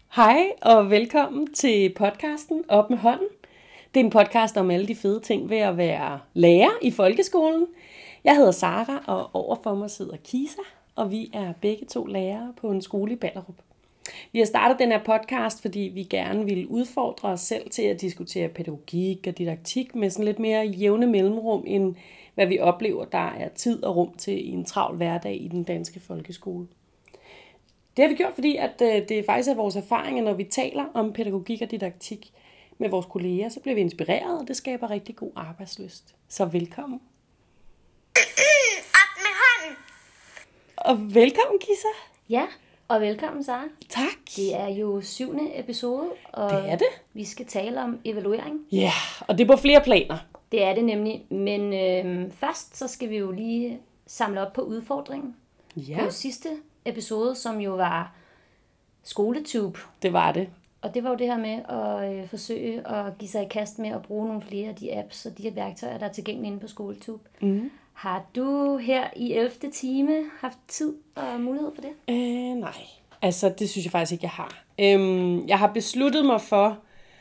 Hej og velkommen til podcasten Op med hånden. Det er en podcast om alle de fede ting ved at være lærer i folkeskolen. Jeg hedder Sara, og overfor mig sidder Kisa, og vi er begge to lærere på en skole i Ballerup. Vi har startet den her podcast, fordi vi gerne vil udfordre os selv til at diskutere pædagogik og didaktik med sådan lidt mere jævne mellemrum, end hvad vi oplever, der er tid og rum til i en travl hverdag i den danske folkeskole. Det har vi gjort, fordi at det faktisk er vores erfaringer, når vi taler om pædagogik og didaktik med vores kolleger, så bliver vi inspireret, og det skaber rigtig god arbejdslyst. Så velkommen. Op med hånden. Og velkommen, Kisa. Ja, og velkommen, Sara. Tak. Det er jo 7. episode, og Det er det. vi skal tale om evaluering. Ja, og det er på flere planer. Det er det nemlig, men først så skal vi jo lige samle op på udfordringen. Ja, På sidste episode, som jo var skoletube. det var det. Og det var jo det her med at forsøge at give sig i kast med at bruge nogle flere af de apps og de her værktøjer, der er tilgængelige inde på skoletube. Mm. Har du her i 11. time haft tid og mulighed for det? Nej, altså det synes jeg faktisk ikke, jeg har. Jeg har besluttet mig for,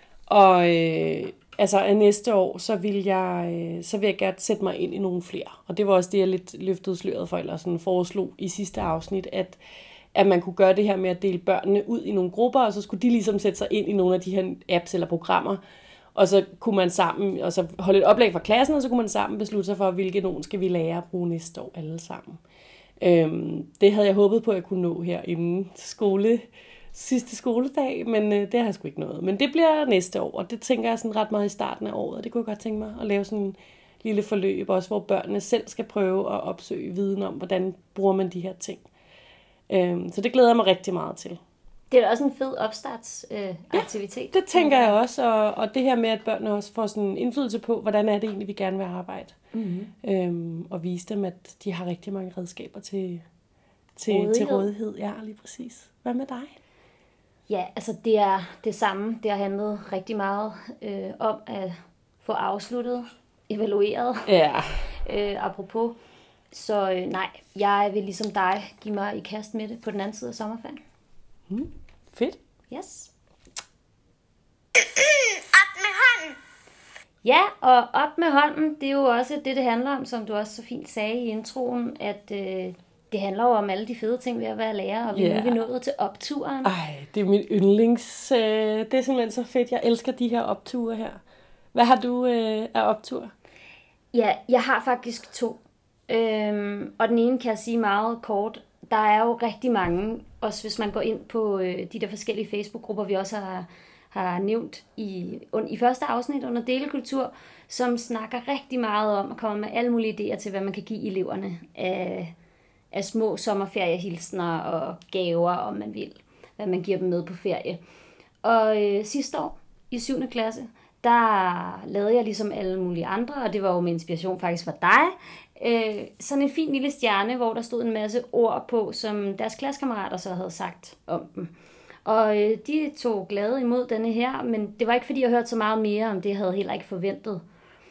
at næste år, så vil jeg gerne sætte mig ind i nogle flere. Og det var også det, jeg lidt løftede sløret for, eller sådan foreslog i sidste afsnit, at man kunne gøre det her med at dele børnene ud i nogle grupper, og så skulle de ligesom sætte sig ind i nogle af de her apps eller programmer, og så kunne man sammen, og så holde et oplæg fra klassen, og så kunne man sammen beslutte sig for, hvilke nogen skal vi lære at bruge næste år alle sammen. Det havde jeg håbet på, at jeg kunne nå her inden sidste skoledag, men det har jeg sgu ikke nået. Men det bliver næste år, og det tænker jeg sådan ret meget i starten af året. Det kunne jeg godt tænke mig at lave sådan en lille forløb, også hvor børnene selv skal prøve at opsøge viden om, hvordan bruger man de her ting. Så det glæder jeg mig rigtig meget til. Det er også en fed opstartsaktivitet. Det tænker jeg også, og det her med, at børnene også får sådan indflydelse på, hvordan er det egentlig, vi gerne vil arbejde. Mm-hmm. Og vise dem, at de har rigtig mange redskaber til rådighed. Ja, lige præcis. Hvad med dig? Ja, altså det er det samme. Det har handlet rigtig meget om at få afsluttet, evalueret, Ja. apropos. Så nej, jeg vil ligesom dig give mig i kast med det på den anden side af sommerferien. Fedt. Yes. Op med hånden. Ja, og op med hånden, det er jo også det handler om, som du også så fint sagde i introen, at det handler jo om alle de fede ting ved at være lærer, og vi nu er vi nået til opturen. Ej, det er min yndlings. Det er simpelthen så fedt. Jeg elsker de her opture her. Hvad har du af optur? Ja, jeg har faktisk 2. Og den ene kan jeg sige meget kort. Der er jo rigtig mange, også hvis man går ind på de der forskellige Facebook-grupper, vi også har nævnt i første afsnit under delekultur, som snakker rigtig meget om at komme med alle mulige idéer til, hvad man kan give eleverne af små sommerferiehilsner og gaver, om man vil, hvad man giver dem med på ferie. Og sidste år i 7. klasse, der lavede jeg ligesom alle mulige andre, og det var jo med inspiration faktisk fra dig, sådan en fin lille stjerne, hvor der stod en masse ord på, som deres klassekammerater så havde sagt om dem. Og de tog glade imod denne her, men det var ikke fordi, jeg hørte så meget mere om det, jeg havde heller ikke forventet.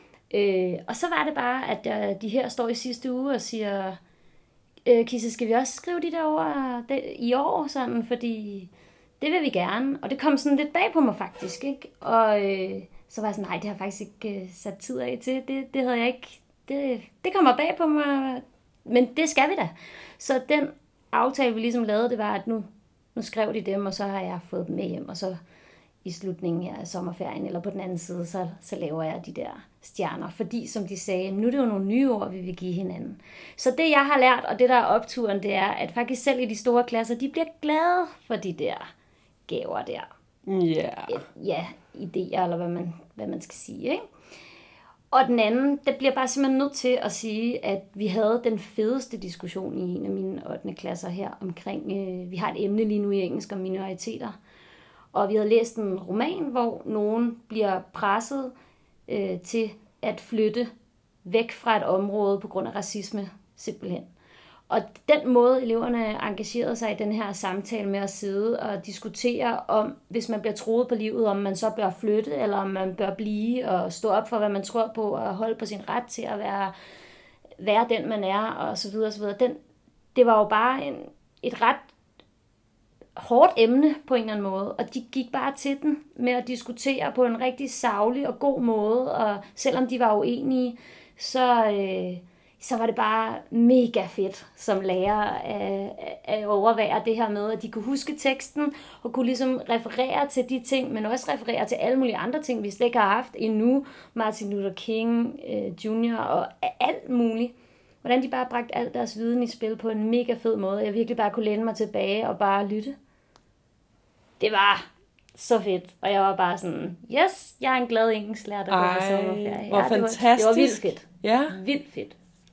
Og så var det bare, at de her står i sidste uge og siger, Kisse, skal vi også skrive de der ord i år, sådan, fordi det vil vi gerne. Og det kom sådan lidt bag på mig faktisk, ikke? Og så var jeg sådan, nej, det har jeg faktisk ikke sat tid af til. Det havde jeg ikke. Det kommer bag på mig, men det skal vi da. Så den aftale, vi ligesom lavede, det var, at nu skrev de dem, og så har jeg fået dem med hjem, og så i slutningen her af sommerferien, eller på den anden side, så laver jeg de der stjerner. Fordi, som de sagde, nu er det jo nogle nye ord, vi vil give hinanden. Så det, jeg har lært, og det der er opturen, det er, at faktisk selv i de store klasser, de bliver glade for de der gaver der. Ja. Ja, idéer, eller hvad man skal sige, ikke? Og den anden, det bliver bare simpelthen nødt til at sige, at vi havde den fedeste diskussion i en af mine 8. klasser her omkring, vi har et emne lige nu i engelsk om minoriteter. Og vi havde læst en roman, hvor nogen bliver presset til at flytte væk fra et område på grund af racisme, simpelthen. Og den måde, eleverne engagerede sig i den her samtale med at sidde og diskutere om, hvis man bliver troet på livet, om man så bør flytte, eller om man bør blive og stå op for, hvad man tror på, og holde på sin ret til at være den, man er, og så videre, så videre. Det var jo bare et ret hårdt emne på en eller anden måde, og de gik bare til den med at diskutere på en rigtig saglig og god måde, og selvom de var uenige, så var det bare mega fedt som lærer at overvære det her med, at de kunne huske teksten, og kunne ligesom referere til de ting, men også referere til alle mulige andre ting, vi slet ikke har haft endnu. Martin Luther King Jr. og alt muligt. Hvordan de bare bragte alt deres viden i spil på en mega fed måde. Jeg virkelig bare kunne læne mig tilbage og bare lytte. Det var så fedt. Og jeg var bare sådan, yes, jeg er en glad engelsklærer, der går på sommerferie. Hvor fantastisk. Det var vildt fedt. Ja. Vildt fedt.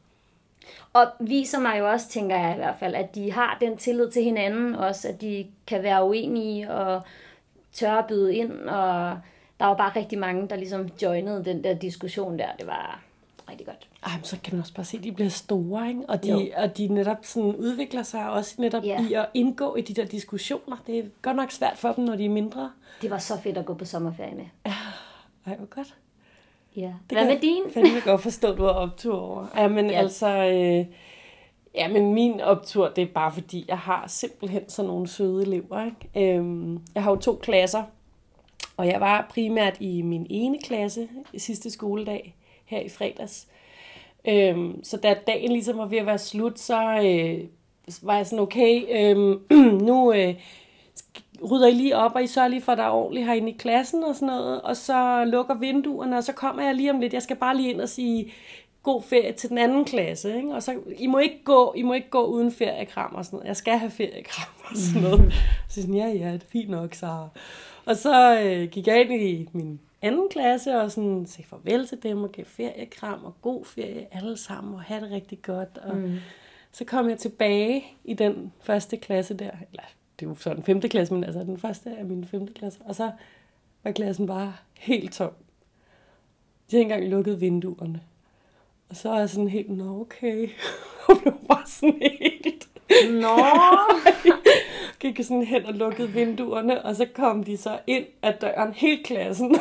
Og viser mig jo også, tænker jeg i hvert fald, at de har den tillid til hinanden også, at de kan være uenige og tør at byde ind. Og der var bare rigtig mange, der ligesom joinede den der diskussion der. Det var rigtig godt. Ej, men så kan man også bare se, at de bliver store, ikke? Og de netop sådan udvikler sig også netop i at indgå i de der diskussioner. Det er godt nok svært for dem, når de er mindre. Det var så fedt at gå på sommerferie med. Ej, hvor godt. Ja. Hvad med din? Det kan jeg godt forstå, at du har optur over. Jamen altså, men min optur, det er bare fordi, jeg har simpelthen sådan nogle søde elever, ikke? Jeg har jo 2 klasser, og jeg var primært i min ene klasse sidste skoledag her i fredags. Så da dagen ligesom var ved at være slut, så var jeg sådan, okay, nu rydder I lige op, og I sørger lige for, at der er ordentligt herinde i klassen og sådan noget, og så lukker vinduerne, og så kommer jeg lige om lidt. Jeg skal bare lige ind og sige god ferie til den anden klasse, ikke? Og så, I må ikke gå uden feriekram og sådan noget. Jeg skal have feriekram og sådan noget. Så sådan, ja, det er fint nok, så. Og så gik jeg ind i min anden klasse og sådan sagde farvel til dem og gav feriekram og god ferie alle sammen og have det rigtig godt. Og så kom jeg tilbage i den første klasse der, eller det er jo så den 5. klasse, men altså den første af mine 5. klasse, og så var klassen bare helt tom. De havde ikke engang lukket vinduerne. Og så er jeg sådan helt, okay, og blev bare sådan helt... Gik sådan hen og lukkede vinduerne, og så kom de så ind ad døren, hele klassen.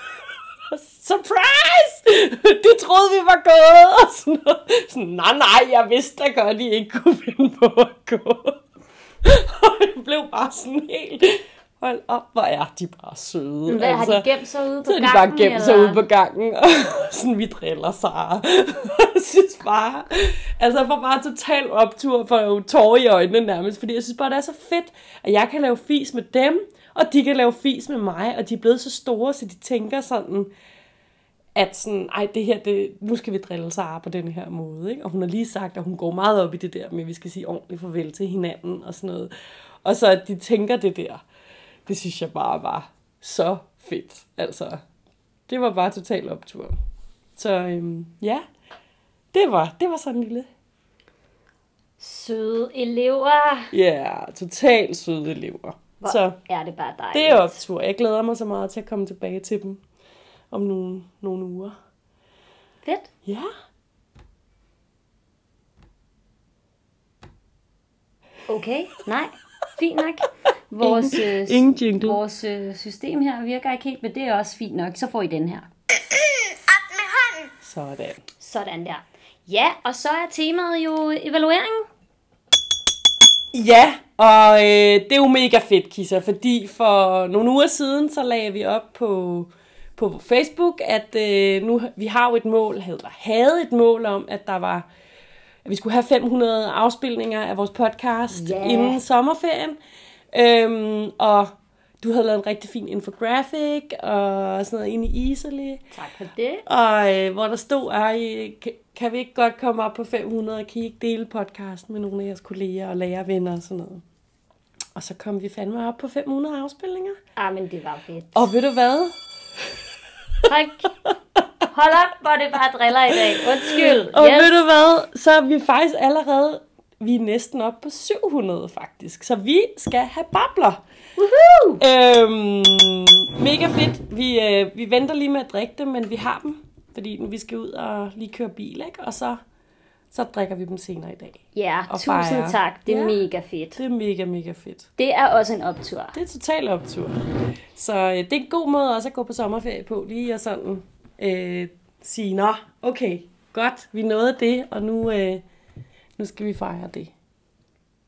Surprise! De troede, vi var gået, og sådan noget. Sådan, nej, jeg vidste da godt, de ikke kunne finde på at gå. Og det blev bare sådan helt... Hold op, hvor er de bare søde. Hvad, har de gemt sig ude på gangen? Så har de bare gemt sig ude på gangen, og sådan, vi driller Sara. Jeg synes bare, altså jeg får bare total optur for tårer i øjnene nærmest, fordi jeg synes bare, det er så fedt, at jeg kan lave fis med dem, og de kan lave fis med mig, og de er blevet så store, så de tænker sådan, at sådan, det her, nu skal vi drille Sara på den her måde, ikke? Og hun har lige sagt, at hun går meget op i det der med, at vi skal sige ordentligt farvel til hinanden og sådan noget. Og så at de tænker det der. Det synes jeg bare var så fedt. Altså, det var bare total optur. Så ja, det var sådan en lille... Søde elever. Ja, totalt søde elever. Så er det bare dejligt. Det er optur. Jeg glæder mig så meget til at komme tilbage til dem om nogle uger. Fedt. Ja. Okay, nej. Fint nok. Vores system her virker ikke helt, men det er også fint nok. Så får I den her. Op med hånden. Sådan der. Ja, og så er temaet jo evalueringen. Ja, og det er jo mega fedt, Kisser, fordi for nogle uger siden, så lagde vi op på Facebook, at nu vi har jo havde et mål om, at vi skulle have 500 afspilninger af vores podcast inden sommerferien. Og du havde lavet en rigtig fin infographic og sådan noget inde i Easily. Tak for det. Og hvor der stod, kan vi ikke godt komme op på 500, og kan I ikke dele podcasten med nogle af jeres kolleger og lærervenner og sådan noget. Og så kom vi fandme op på 500 afspilninger. Men det var fedt. Og ved du hvad? Tak. Hold op, hvor det bare driller i dag. Undskyld. Og ved du hvad? Så er vi faktisk allerede... Vi er næsten oppe på 700 faktisk. Så vi skal have babler. Woohoo! Mega fedt. Vi venter lige med at drikke dem, men vi har dem. Fordi vi skal ud og lige køre bil, ikke? Og så drikker vi dem senere i dag. Ja, tusind tak. Det er mega fedt. Det er mega, mega fedt. Det er også en optur. Det er total optur. Så det er en god måde også at gå på sommerferie på. Lige og sådan sige, nå, okay, godt, vi nåede det, og nu skal vi fejre det.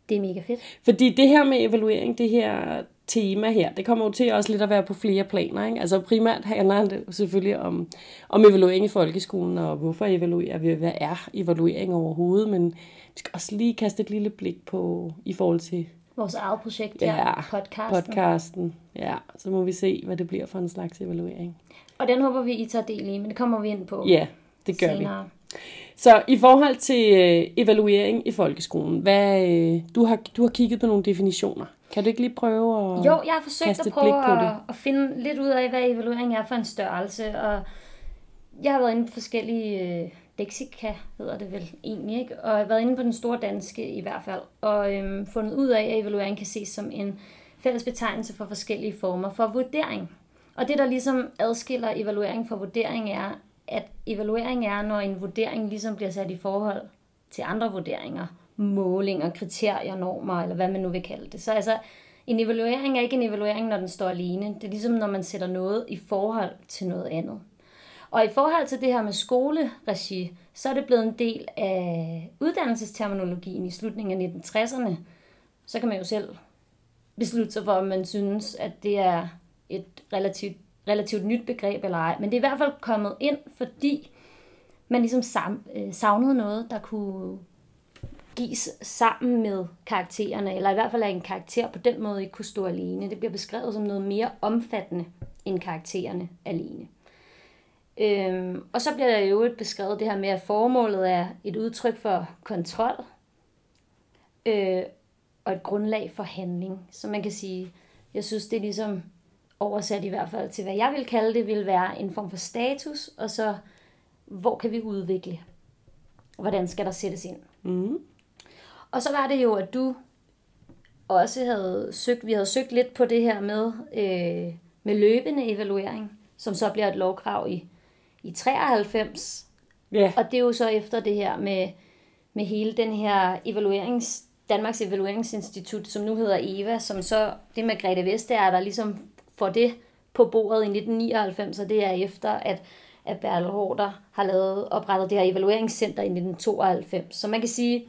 Det er mega fedt. Fordi det her med evaluering, det her tema her, det kommer jo til også lidt at være på flere planer, ikke? Altså primært handler det selvfølgelig om evaluering i folkeskolen, og hvorfor evaluerer vi, hvad er evaluering overhovedet, men vi skal også lige kaste et lille blik på i forhold til vores eget projekt her, podcasten. Ja, så må vi se, hvad det bliver for en slags evaluering. Og den håber vi, I tager del i, men det kommer vi ind på. Ja, det gør senere. vi. Så i forhold til evaluering i folkeskolen, du har kigget på nogle definitioner. Kan du ikke lige prøve at Jo, jeg har forsøgt at prøve at finde lidt ud af, hvad evaluering er for en størrelse. Og jeg har været inde på forskellige leksika, hedder det vel egentlig, ikke? Og jeg har været inde på den store danske i hvert fald. Og fundet ud af, at evaluering kan ses som en fælles betegnelse for forskellige former for vurdering. Og det, der ligesom adskiller evaluering fra vurdering, er, at evaluering er, når en vurdering ligesom bliver sat i forhold til andre vurderinger, målinger, kriterier, normer, eller hvad man nu vil kalde det. Så altså, en evaluering er ikke en evaluering, når den står alene. Det er ligesom, når man sætter noget i forhold til noget andet. Og i forhold til det her med skoleregi, så er det blevet en del af uddannelsesterminologien i slutningen af 1960'erne. Så kan man jo selv beslutte sig for, om man synes, at det er et relativt nyt begreb eller ej. Men det er i hvert fald kommet ind, fordi man ligesom savnede noget, der kunne gives sammen med karaktererne, eller i hvert fald at en karakter på den måde ikke kunne stå alene. Det bliver beskrevet som noget mere omfattende end karaktererne alene. Og så bliver der jo beskrevet det her med, at formålet er et udtryk for kontrol og et grundlag for handling. Så man kan sige, jeg synes det er ligesom oversat i hvert fald til, hvad jeg vil kalde det, vil være en form for status, og så hvor kan vi udvikle? Hvordan skal der sættes ind? Mm. Og så var det jo, at du også vi havde søgt lidt på det her med løbende evaluering, som så bliver et lovkrav i 93. Yeah. Og det er jo så efter det her med hele den her Danmarks Evalueringsinstitut, som nu hedder EVA, som så det med Grete Vestager, der ligesom får det på bordet i 1999, og det er efter, at Bertel Haarder har oprettet det her evalueringscenter i 1992. Så man kan sige,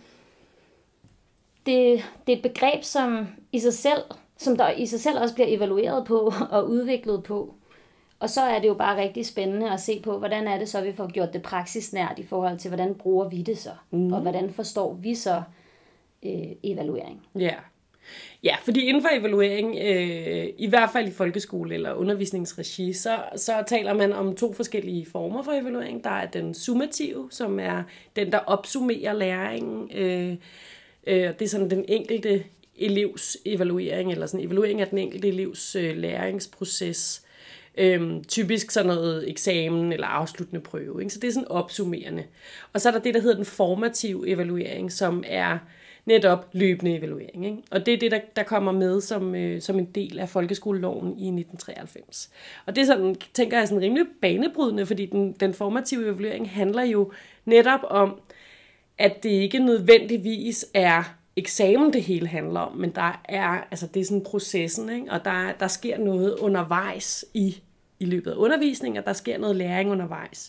det er et begreb, som der i sig selv også bliver evalueret på og udviklet på. Og så er det jo bare rigtig spændende at se på, hvordan er det så, vi får gjort det praksisnært i forhold til, hvordan bruger vi det så, og hvordan forstår vi så evaluering. Ja. Ja, fordi inden for evaluering, i hvert fald i folkeskole eller undervisningsregi, så taler man om 2 forskellige former for evaluering. Der er den summative, som er den, der opsummerer læringen. Det er sådan den enkelte elevs evaluering, eller sådan evaluering af den enkelte elevs læringsproces. Typisk sådan noget eksamen eller afsluttende prøve. Ikke? Så det er sådan opsummerende. Og så er der det, der hedder den formative evaluering, som er netop løbende evaluering. Ikke? Og det er det, der kommer med som en del af folkeskoleloven i 1993. Og det er sådan, tænker jeg, sådan rimelig banebrydende, fordi den formative evaluering handler jo netop om, at det ikke nødvendigvis er eksamen, det hele handler om, men det er sådan processen, ikke? Og der sker noget undervejs i løbet af undervisningen, og der sker noget læring undervejs.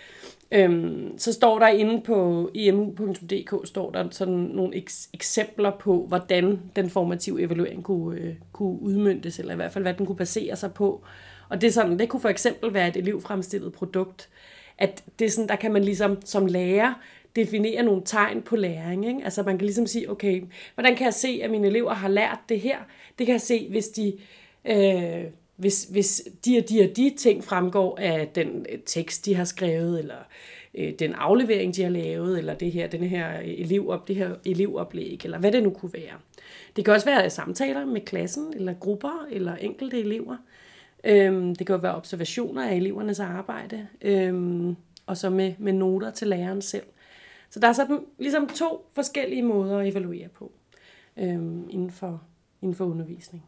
Så står der inde på emu.dk, står der sådan nogle eksempler på, hvordan den formative evaluering kunne udmøntes, eller i hvert fald, hvad den kunne basere sig på. Og det kunne for eksempel være et elevfremstillet produkt, at det er sådan, der kan man ligesom som lærer definere nogle tegn på læring. Ikke? Altså man kan ligesom sige, okay, hvordan kan jeg se, at mine elever har lært det her? Det kan jeg se, hvis de og de ting fremgår af den tekst, de har skrevet, eller den aflevering, de har lavet, eller det her elevoplæg, eller hvad det nu kunne være. Det kan også være samtaler med klassen, eller grupper, eller enkelte elever. Det kan jo være observationer af elevernes arbejde, og så med noter til læreren selv. Så der er sådan ligesom 2 forskellige måder at evaluere på inden for undervisning.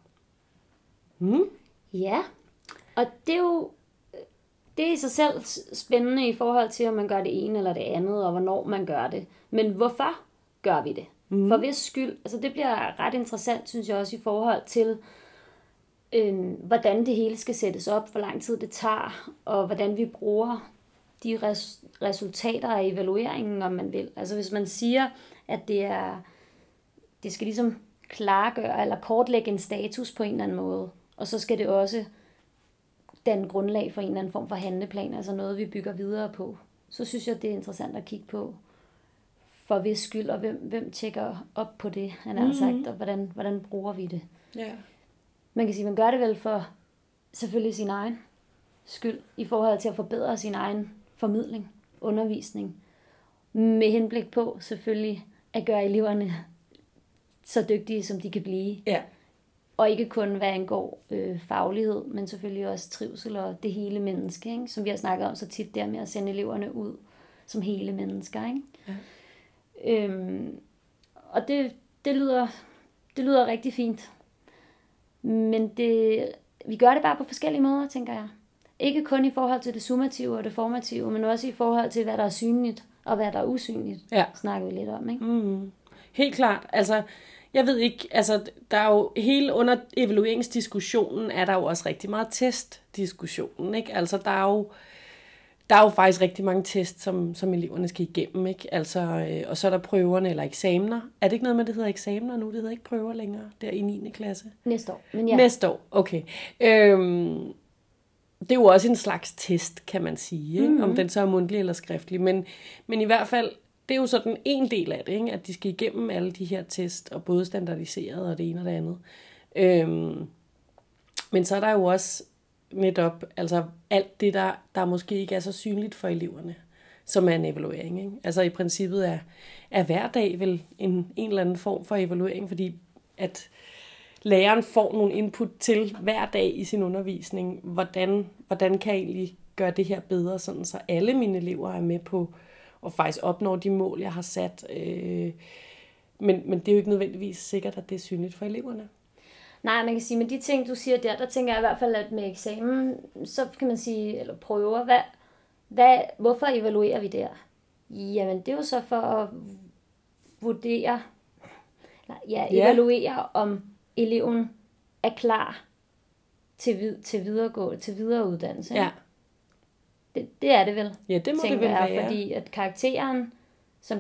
Ja, og det er jo det er i sig selv spændende i forhold til, om man gør det ene eller det andet, og hvornår man gør det. Men hvorfor gør vi det? For hvis skyld, altså det bliver ret interessant, synes jeg også, i forhold til, hvordan det hele skal sættes op, hvor lang tid det tager, og hvordan vi bruger de resultater af evalueringen, om man vil. Altså hvis man siger, at det er det skal ligesom klargøre eller kortlægge en status på en eller anden måde. Og så skal det også danne grundlag for en eller anden form for handleplan, altså noget, vi bygger videre på. Så synes jeg, det er interessant at kigge på, for hvis skyld, og hvem tjekker op på det, han har sagt, og hvordan bruger vi det. Ja. Man kan sige, man gør det vel for selvfølgelig sin egen skyld, i forhold til at forbedre sin egen formidling, undervisning, med henblik på selvfølgelig at gøre eleverne så dygtige, som de kan blive. Ja. Og ikke kun hvad angår faglighed, men selvfølgelig også trivsel og det hele menneske, ikke? Som vi har snakket om så tit der med at sende eleverne ud som hele mennesker. Ikke? Ja. Og det lyder rigtig fint. Men vi gør det bare på forskellige måder, tænker jeg. Ikke kun i forhold til det summative og det formative, men også i forhold til, hvad der er synligt og hvad der er usynligt. Ja. Snakker vi lidt om, ikke? Mm. Helt klart. Altså, jeg ved ikke, altså, der er jo hele under evalueringsdiskussionen, er der jo også rigtig meget testdiskussionen, ikke? Altså, der er jo faktisk rigtig mange test, som eleverne skal igennem, ikke? Altså, og så er der prøverne eller eksamener. Er det ikke noget med, det hedder eksamener nu? Det hedder ikke prøver længere, der i 9. klasse? Næste år, men ja. Næste år, okay. Det er jo også en slags test, kan man sige, ikke? Om den så er mundtlig eller skriftlig. Men i hvert fald, det er jo sådan en del af det, ikke? At de skal igennem alle de her test, og både standardiseret og det ene og det andet. Men så er der jo også netop altså alt det, der måske ikke er så synligt for eleverne, som er en evaluering. Ikke? Altså i princippet er hver dag vel en eller anden form for evaluering, fordi at læreren får nogle input til hver dag i sin undervisning, hvordan kan jeg egentlig gøre det her bedre, sådan så alle mine elever er med på at faktisk opnå de mål, jeg har sat. Men det er jo ikke nødvendigvis sikkert, at det er synligt for eleverne. Nej, man kan sige, med de ting, du siger der tænker jeg i hvert fald, at med eksamen, så kan man sige, eller prøver, hvorfor evaluerer vi der? Jamen, det er jo så for at vurdere, evaluere, om eleven er klar til videre uddannelse. Ja. Det er det vel, ja, det må det vel være. Fordi at karakteren, som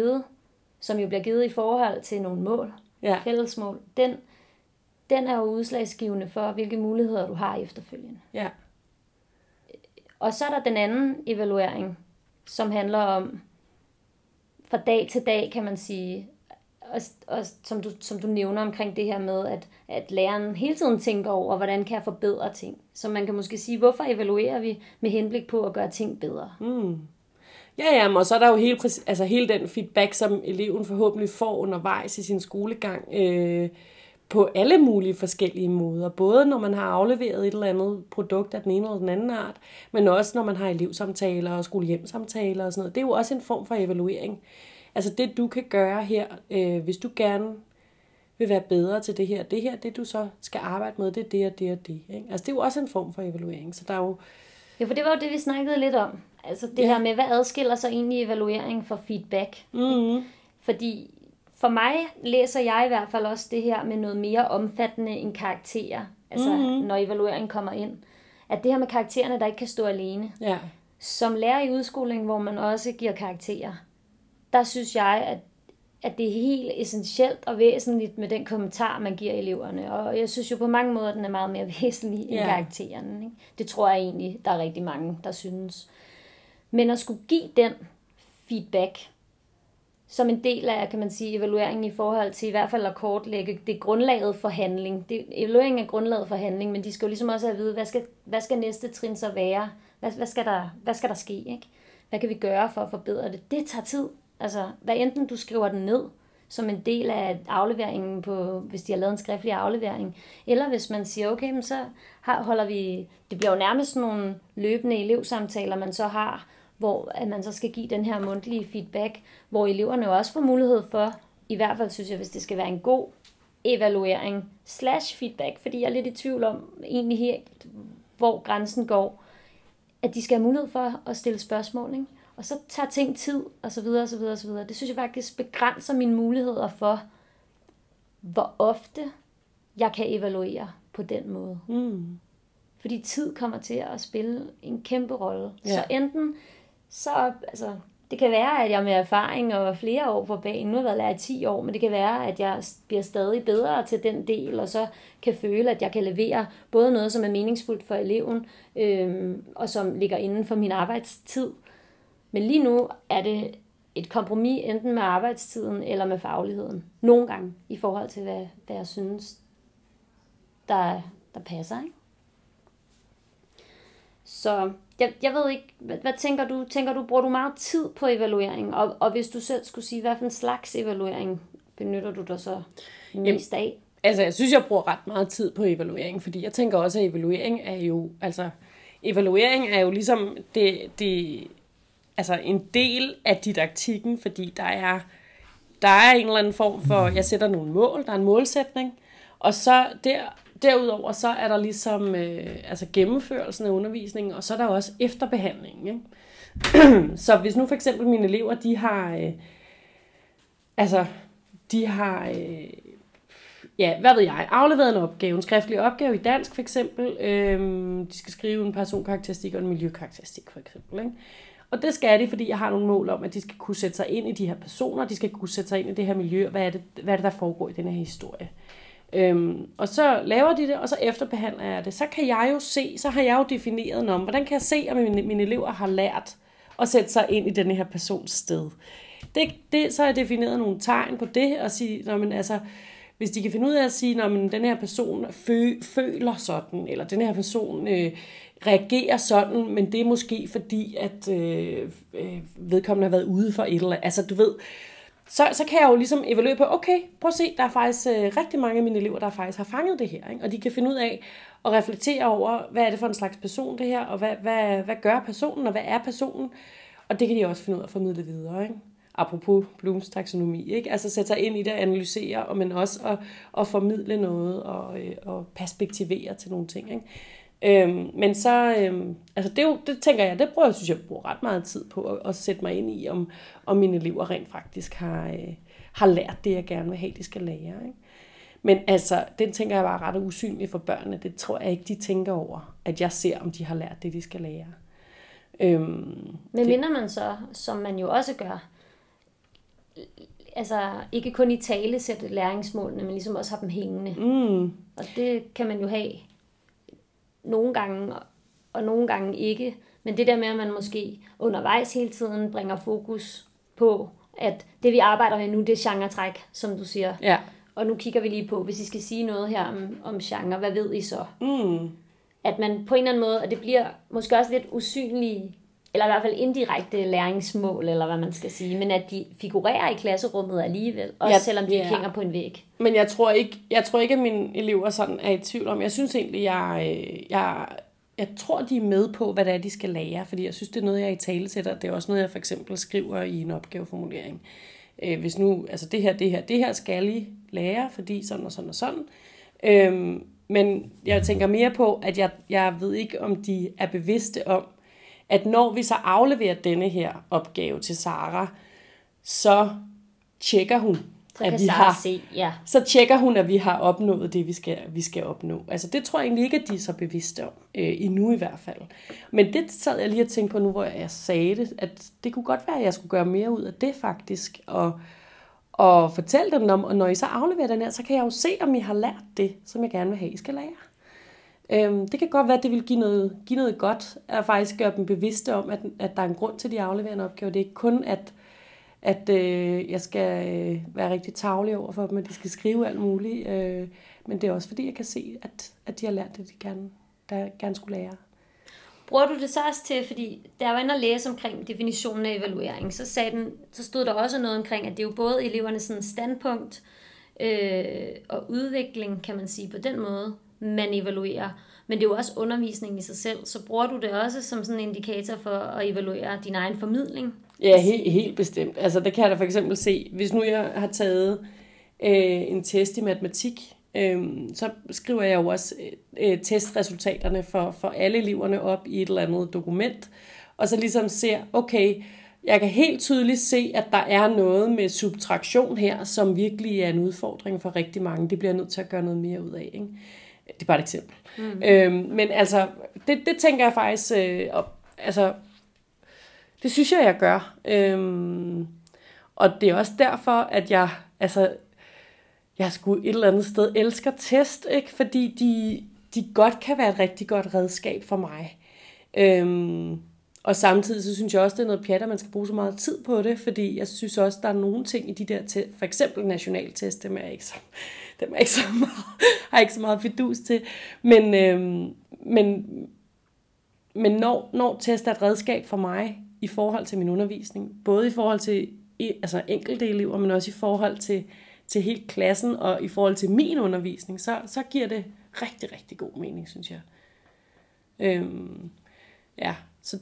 jo bliver givet i forhold til nogle mål, fællesmål, den er jo udslagsgivende for, hvilke muligheder du har efterfølgende. Ja. Og så er der den anden evaluering, som handler om fra dag til dag, kan man sige, og som du nævner omkring det her med, at læreren hele tiden tænker over, hvordan kan jeg forbedre ting. Så man kan måske sige, hvorfor evaluerer vi med henblik på at gøre ting bedre? Ja, og så er der jo hele den feedback, som eleven forhåbentlig får undervejs i sin skolegang, på alle mulige forskellige måder. Både når man har afleveret et eller andet produkt af den ene eller den anden art, men også når man har elevsamtaler og skolehjemsamtaler og sådan noget. Det er jo også en form for evaluering. Altså det du kan gøre her, hvis du gerne vil være bedre til det du så skal arbejde med, det er det og det og det. Ikke? Altså det er jo også en form for evaluering. Så der er jo... Ja, for det var jo det, vi snakkede lidt om. Altså det her med, hvad adskiller sig egentlig evaluering fra feedback? Mm-hmm. Fordi for mig læser jeg i hvert fald også det her med noget mere omfattende end karakterer. Altså når evalueringen kommer ind. At det her med karaktererne, der ikke kan stå alene. Ja. Som lærer i udskoling, hvor man også giver karakterer, der synes jeg, at det er helt essentielt og væsentligt med den kommentar, man giver eleverne. Og jeg synes jo på mange måder, at den er meget mere væsentlig end karakteren. Ikke? Det tror jeg egentlig, der er rigtig mange, der synes. Men at skulle give den feedback, som en del af, kan man sige, evalueringen i forhold til i hvert fald at kortlægge det grundlaget for handling. Evalueringen er grundlaget for handling, men de skal jo ligesom også have at vide, hvad skal næste trin så være? Hvad skal der ske? Ikke? Hvad kan vi gøre for at forbedre det? Det tager tid. Altså, hvad enten du skriver den ned som en del af afleveringen, hvis de har lavet en skriftlig aflevering, eller hvis man siger, okay, men så holder vi, det bliver jo nærmest nogle løbende elevsamtaler, man så har, hvor at man så skal give den her mundtlige feedback, hvor eleverne jo også får mulighed for, i hvert fald synes jeg, hvis det skal være en god evaluering / feedback, fordi jeg er lidt i tvivl om egentlig helt, hvor grænsen går, at de skal have mulighed for at stille spørgsmål, ikke? Og så tager ting tid, og så videre, og så videre, og så videre. Det synes jeg faktisk begrænser mine muligheder for, hvor ofte jeg kan evaluere på den måde. Fordi tid kommer til at spille en kæmpe rolle. Ja. Så enten, Det kan være, at jeg med erfaring og flere år på banen, nu har jeg været lærer i 10 år, men det kan være, at jeg bliver stadig bedre til den del, og så kan føle, at jeg kan levere både noget, som er meningsfuldt for eleven, og som ligger inden for min arbejdstid. Men lige nu er det et kompromis enten med arbejdstiden eller med fagligheden. Nogle gange i forhold til, hvad jeg synes, der passer, ikke? Så jeg ved ikke, hvad tænker du? Tænker du, bruger du meget tid på evaluering? Og hvis du selv skulle sige, hvad for en slags evaluering benytter du dig så mest af? Altså, jeg synes, jeg bruger ret meget tid på evaluering, fordi jeg tænker også, at evaluering er jo ligesom en del af didaktikken, fordi der er en eller anden form for, jeg sætter nogle mål, der er en målsætning, og så derudover så er der ligesom gennemførelsen af undervisningen, og så er der også efterbehandlingen, ikke? Så hvis nu for eksempel mine elever, de har afleveret en opgave, en skriftlig opgave i dansk for eksempel, de skal skrive en personkarakteristik og en miljøkarakteristik for eksempel, ikke? Og det skal de, fordi jeg har nogle mål om, at de skal kunne sætte sig ind i de her personer, de skal kunne sætte sig ind i det her miljø, hvad er det der foregår i den her historie. Og så laver de det, og så efterbehandler jeg det. Så kan jeg jo se, så har jeg jo defineret om, hvordan kan jeg se, om mine elever har lært at sætte sig ind i den her persons sted. Så har jeg defineret nogle tegn på det, og sige, hvis de kan finde ud af at sige, at den her person føler sådan, eller den her person reagerer sådan, men det er måske fordi, at vedkommende har været ude for et eller andet. Altså, du ved, så kan jeg jo ligesom evaluere på, okay, prøv at se, der er faktisk rigtig mange af mine elever, der faktisk har fanget det her, ikke? Og de kan finde ud af at reflektere over, hvad er det for en slags person det her, og hvad gør personen, og hvad er personen, og det kan de også finde ud af at formidle videre, ikke? Apropos Blooms taksonomi, ikke? Altså sætte sig ind i det, analysere, men også at formidle noget, og perspektivere til nogle ting, ikke? Men så, det tænker jeg, synes jeg bruger ret meget tid på at sætte mig ind i, om mine elever rent faktisk har lært det, jeg gerne vil have, de skal lære, ikke? Men altså, den tænker jeg bare ret usynlig for børnene. Det tror jeg ikke, de tænker over, at jeg ser, om de har lært det, de skal lære. Men minder man så, som man jo også gør, altså ikke kun i tale sætte læringsmålene, men ligesom også have dem hængende. Og det kan man jo have nogle gange, og nogle gange ikke. Men det der med, at man måske undervejs hele tiden bringer fokus på, at det vi arbejder med nu, det er genretræk, som du siger. Ja. Og nu kigger vi lige på, hvis I skal sige noget her om genre, hvad ved I så? At man på en eller anden måde, og det bliver måske også lidt usynlige, eller i hvert fald indirekte læringsmål, eller hvad man skal sige, men at de figurerer i klasserummet alligevel, også selvom de ikke hænger på en væg. Men jeg tror ikke, at mine elever sådan er i tvivl om. Jeg synes egentlig, jeg tror, de er med på, hvad det er, de skal lære, fordi jeg synes, det er noget, jeg i tale sætter. Det er også noget, jeg for eksempel skriver i en opgaveformulering. Hvis nu, altså det her skal I lære, fordi sådan og sådan og sådan. Men jeg tænker mere på, at jeg ved ikke, om de er bevidste om, at når vi så afleverer denne her opgave til Sara, så tjekker hun, så tjekker hun, at vi har opnået det, vi skal opnå. Altså det tror jeg egentlig ikke, at de er så bevidste om, endnu i hvert fald. Men det sad jeg lige og tænkte på nu, hvor jeg sagde det, at det kunne godt være, at jeg skulle gøre mere ud af det faktisk, og fortælle dem om, og når I så afleverer den her, så kan jeg jo se, om I har lært det, som jeg gerne vil have, I skal lære. Det kan godt være, at det vil give noget godt, at faktisk gøre dem bevidste om, at der er en grund til, at de afleverer en opgave. Det er ikke kun, at jeg skal være rigtig tarvelig over for dem, at de skal skrive alt muligt, men det er også fordi, jeg kan se, at de har lært det, de gerne skulle lære. Bruger du det så også til, fordi der var inde og læse omkring definitionen af evaluering, så stod der også noget omkring, at det er jo både elevernes sådan standpunkt og udvikling, kan man sige på den måde, man evaluerer, men det er jo også undervisningen i sig selv, så bruger du det også som sådan en indikator for at evaluere din egen formidling? Ja, helt bestemt. Altså det kan jeg da for eksempel se, hvis nu jeg har taget en test i matematik, så skriver jeg jo også testresultaterne for alle eleverne op i et eller andet dokument, og så ligesom ser, okay, jeg kan helt tydeligt se, at der er noget med subtraktion her, som virkelig er en udfordring for rigtig mange. Det bliver jeg nødt til at gøre noget mere ud af, ikke? Det er bare et eksempel. Men altså, det tænker jeg faktisk, Det synes jeg gør. Og det er også derfor, at jeg sgu et eller andet sted elsker test, ikke? Fordi de godt kan være et rigtig godt redskab for mig. Og samtidig så synes jeg også, det er noget pjat, at man skal bruge så meget tid på det, fordi jeg synes også, der er nogle ting i de der for eksempel nationaltest, dem er jeg ikke så meget, har jeg ikke så meget fidus til. Men når test er et redskab for mig i forhold til min undervisning, både i forhold til enkelte elever, men også i forhold til hele klassen og i forhold til min undervisning, så giver det rigtig, rigtig god mening, synes jeg. Så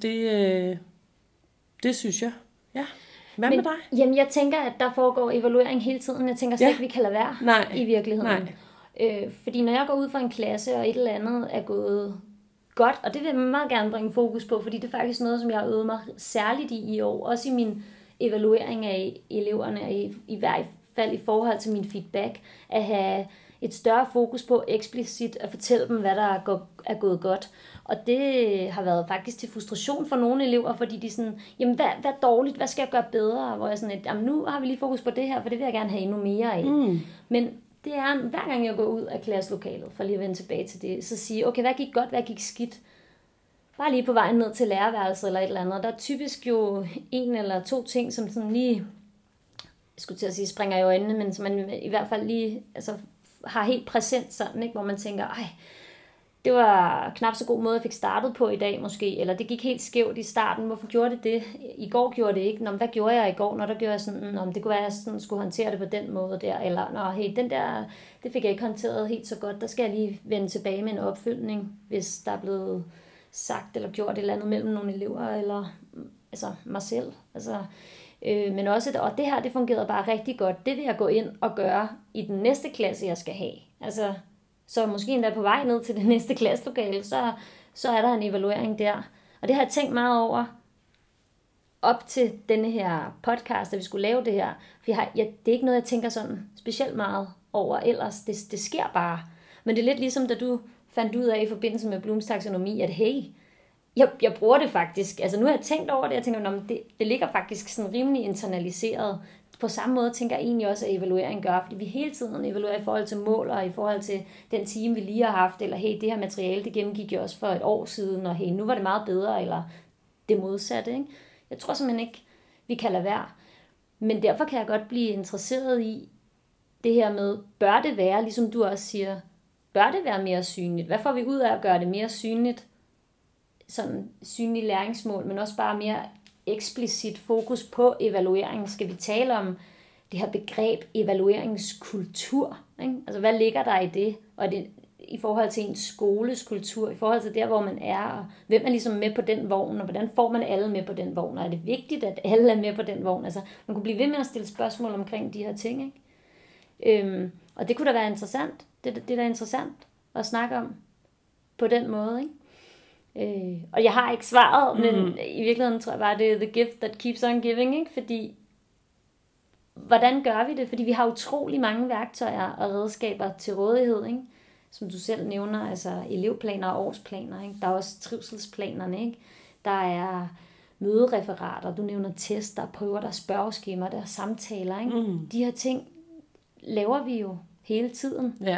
det synes jeg. Ja. Hvad med dig? Jamen, jeg tænker, at der foregår evaluering hele tiden. Jeg tænker slet ikke, vi kan lade være i virkeligheden. Fordi når jeg går ud fra en klasse, og et eller andet er gået godt, og det vil jeg meget gerne bringe fokus på, fordi det er faktisk noget, som jeg har øvet mig særligt i år, også i min evaluering af eleverne, i hvert fald i forhold til min feedback, at have et større fokus på eksplicit at fortælle dem, hvad der er gået godt. Og det har været faktisk til frustration for nogle elever, fordi de sådan, jamen hvad er dårligt, hvad skal jeg gøre bedre? Hvor jeg sådan, jamen nu har vi lige fokus på det her, for det vil jeg gerne have endnu mere af. Men det er, hver gang jeg går ud af klasselokalet, for lige at vende tilbage til det, så sige, okay, hvad gik godt, hvad gik skidt? Bare lige på vejen ned til lærerværelset eller et eller andet. Der er typisk jo en eller to ting, som sådan lige, jeg skulle til at sige, springer i øjnene, men som man i hvert fald lige har helt præsent sådan, ikke? Hvor man tænker, det var knap så god måde, jeg fik startet på i dag måske, eller det gik helt skævt i starten, hvorfor gjorde det det? I går gjorde det ikke, hvad gjorde jeg i går, når der gjorde jeg sådan, det kunne være, at jeg sådan skulle håndtere det på den måde der, eller den der, det fik jeg ikke håndteret helt så godt, der skal jeg lige vende tilbage med en opfølgning, hvis der er blevet sagt eller gjort et eller andet mellem nogle elever, eller mig selv, men også, og det her, det fungerede bare rigtig godt, det vil jeg gå ind og gøre i den næste klasse, jeg skal have, så måske endda på vej ned til det næste klasselokale, så er der en evaluering der. Og det har jeg tænkt meget over op til denne her podcast, at vi skulle lave det her. For det er ikke noget, jeg tænker sådan specielt meget over ellers. Det sker bare. Men det er lidt ligesom, da du fandt ud af i forbindelse med Blooms taksonomi, at hey, jeg bruger det faktisk. Nu har jeg tænkt over det, jeg tænker, det ligger faktisk sådan rimelig internaliseret. På samme måde tænker jeg egentlig også, at evaluering gør, fordi vi hele tiden evaluerer i forhold til mål, og i forhold til den time, vi lige har haft, eller hey, det her materiale, det gennemgik jeg også for et år siden, og hey, nu var det meget bedre, eller det modsatte, ikke? Jeg tror simpelthen ikke, vi kan lade være. Men derfor kan jeg godt blive interesseret i det her med, bør det være, ligesom du også siger, bør det være mere synligt? Hvad får vi ud af at gøre det mere synligt? Sådan synlige læringsmål, men også bare mere eksplicit fokus på evaluering. Skal vi tale om det her begreb evalueringskultur? Ikke? Hvad ligger der i det? Og det i forhold til en skoles kultur, i forhold til der, hvor man er, og hvem er ligesom med på den vogn, og hvordan får man alle med på den vogn? Og er det vigtigt, at alle er med på den vogn? Man kunne blive ved med at stille spørgsmål omkring de her ting. Ikke? Og det kunne da være interessant. Det er da interessant at snakke om på den måde, ikke? Og jeg har ikke svaret, men i virkeligheden tror jeg bare, det er the gift that keeps on giving, ikke? Fordi, hvordan gør vi det? Fordi vi har utrolig mange værktøjer og redskaber til rådighed, ikke? Som du selv nævner, elevplaner og årsplaner, ikke? Der er også trivselsplanerne, ikke? Der er mødereferater, du nævner test, der er prøver, der er spørgeskemaer, der er samtaler, ikke? De her ting laver vi jo hele tiden. Ja.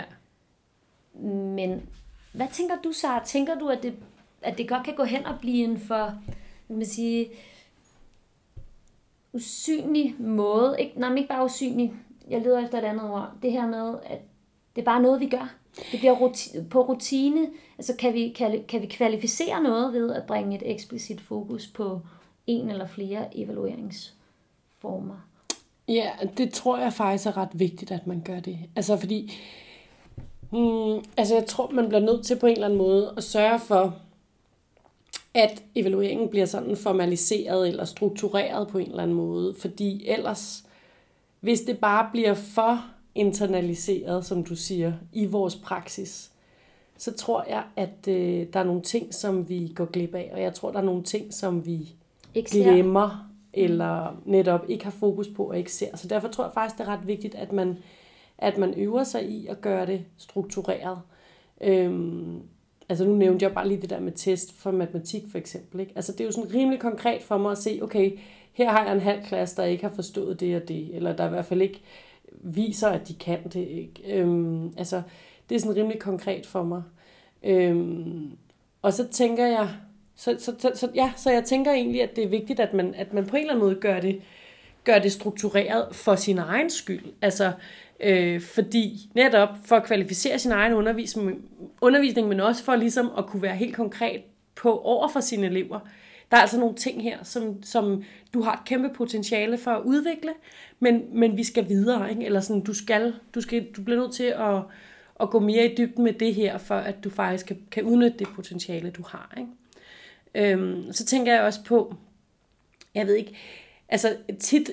Men hvad tænker du så? Tænker du, at det godt kan gå hen og blive en for, usynlig måde. Ikke bare usynlig. Jeg leder efter et andet ord. Det her med, at det er bare noget, vi gør. Det bliver på rutine. Kan vi kvalificere noget ved at bringe et eksplicit fokus på en eller flere evalueringsformer? Ja, det tror jeg faktisk er ret vigtigt, at man gør det. Fordi jeg tror, man bliver nødt til på en eller anden måde at sørge for, at evalueringen bliver sådan formaliseret eller struktureret på en eller anden måde. Fordi ellers, hvis det bare bliver for internaliseret, som du siger, i vores praksis, så tror jeg, at der er nogle ting, som vi går glip af. Og jeg tror, der er nogle ting, som vi glemmer, eller netop ikke har fokus på og ikke ser. Så derfor tror jeg faktisk, det er ret vigtigt, at man øver sig i at gøre det struktureret. altså nu nævnte jeg bare lige det der med test for matematik for eksempel, ikke? Altså det er jo sådan rimelig konkret for mig at se, okay, her har jeg en halv klasse, der ikke har forstået det og det, eller der i hvert fald ikke viser, at de kan det, ikke? Altså det er sådan rimelig konkret for mig. Og så tænker jeg, så jeg tænker egentlig, at det er vigtigt, at man på en eller anden måde gør det struktureret for sin egen skyld. Altså, fordi netop for at kvalificere sin egen undervisning, men også for ligesom at kunne være helt konkret på over for sine elever. Der er altså nogle ting her, som du har et kæmpe potentiale for at udvikle, men vi skal videre, ikke? Eller sådan, du bliver nødt til at gå mere i dybden med det her, for at du faktisk kan udnytte det potentiale, du har, ikke? Så tænker jeg også på, jeg ved ikke, altså tit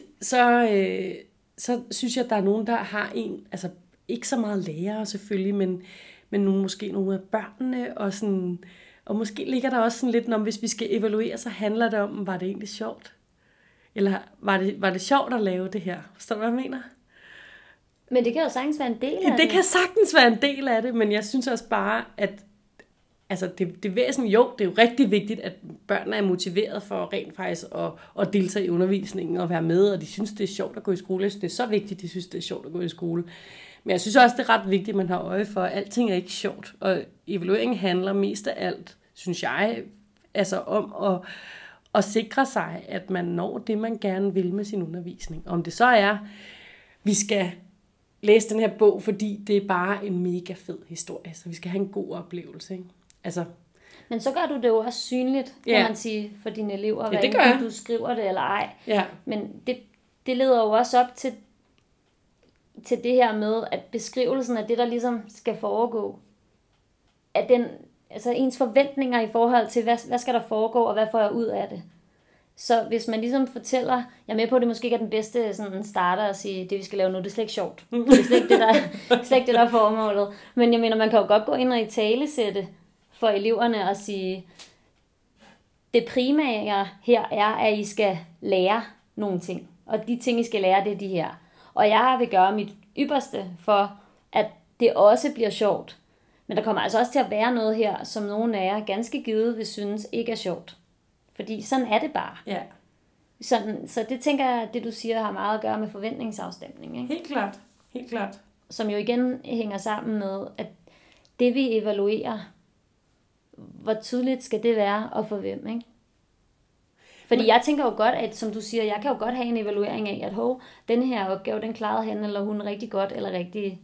så synes jeg, at der er nogen, der har altså ikke så meget lærere selvfølgelig, men måske nogle af børnene, og måske ligger der også sådan lidt, når hvis vi skal evaluere, så handler det om, var det egentlig sjovt? Eller var det sjovt at lave det her? Forstår du, hvad jeg mener? Men det kan jo sagtens være en del af det. Det kan sagtens være en del af det, men jeg synes også bare, at altså det væsentlige, jo, det er jo rigtig vigtigt, at børnene er motiveret for rent faktisk at deltage i undervisningen og være med, og de synes, det er sjovt at gå i skole. Jeg synes, det er så vigtigt, de synes, det er sjovt at gå i skole. Men jeg synes også, det er ret vigtigt, at man har øje for, at alting er ikke sjovt. Og evalueringen handler mest af alt, synes jeg, altså om at sikre sig, at man når det, man gerne vil med sin undervisning. Om det så er, vi skal læse den her bog, fordi det er bare en mega fed historie, så vi skal have en god oplevelse, ikke? Altså, men så gør du det jo også synligt, kan man sige, for dine elever, ja, det gør jeg. Du skriver det eller ej. Ja. Men det leder jo også op til det her med, at beskrivelsen af det, der ligesom skal foregå, at altså ens forventninger i forhold til, hvad skal der foregå, og hvad får jeg ud af det. Så hvis man ligesom fortæller, jeg er med på, at det måske ikke er den bedste sådan starter at sige, det vi skal lave nu, det er slet ikke sjovt. Det er slet ikke det, der er formålet. Men jeg mener, man kan jo godt gå ind og i talesætte for eleverne og sige, det primære her er, at I skal lære nogle ting. Og de ting, I skal lære, det er de her. Og jeg vil gøre mit ypperste for, at det også bliver sjovt. Men der kommer altså også til at være noget her, som nogle af jer ganske givet vil synes ikke er sjovt. Fordi sådan er det bare. Ja. Så det tænker jeg, det du siger, har meget at gøre med forventningsafstemning. Ikke? Helt klart. Helt klart. Som jo igen hænger sammen med, at det vi evaluerer, hvor tydeligt skal det være, og for hvem, ikke? Fordi jeg tænker jo godt, at som du siger, jeg kan jo godt have en evaluering af, at den her opgave, den klarede han eller hun rigtig godt, eller rigtig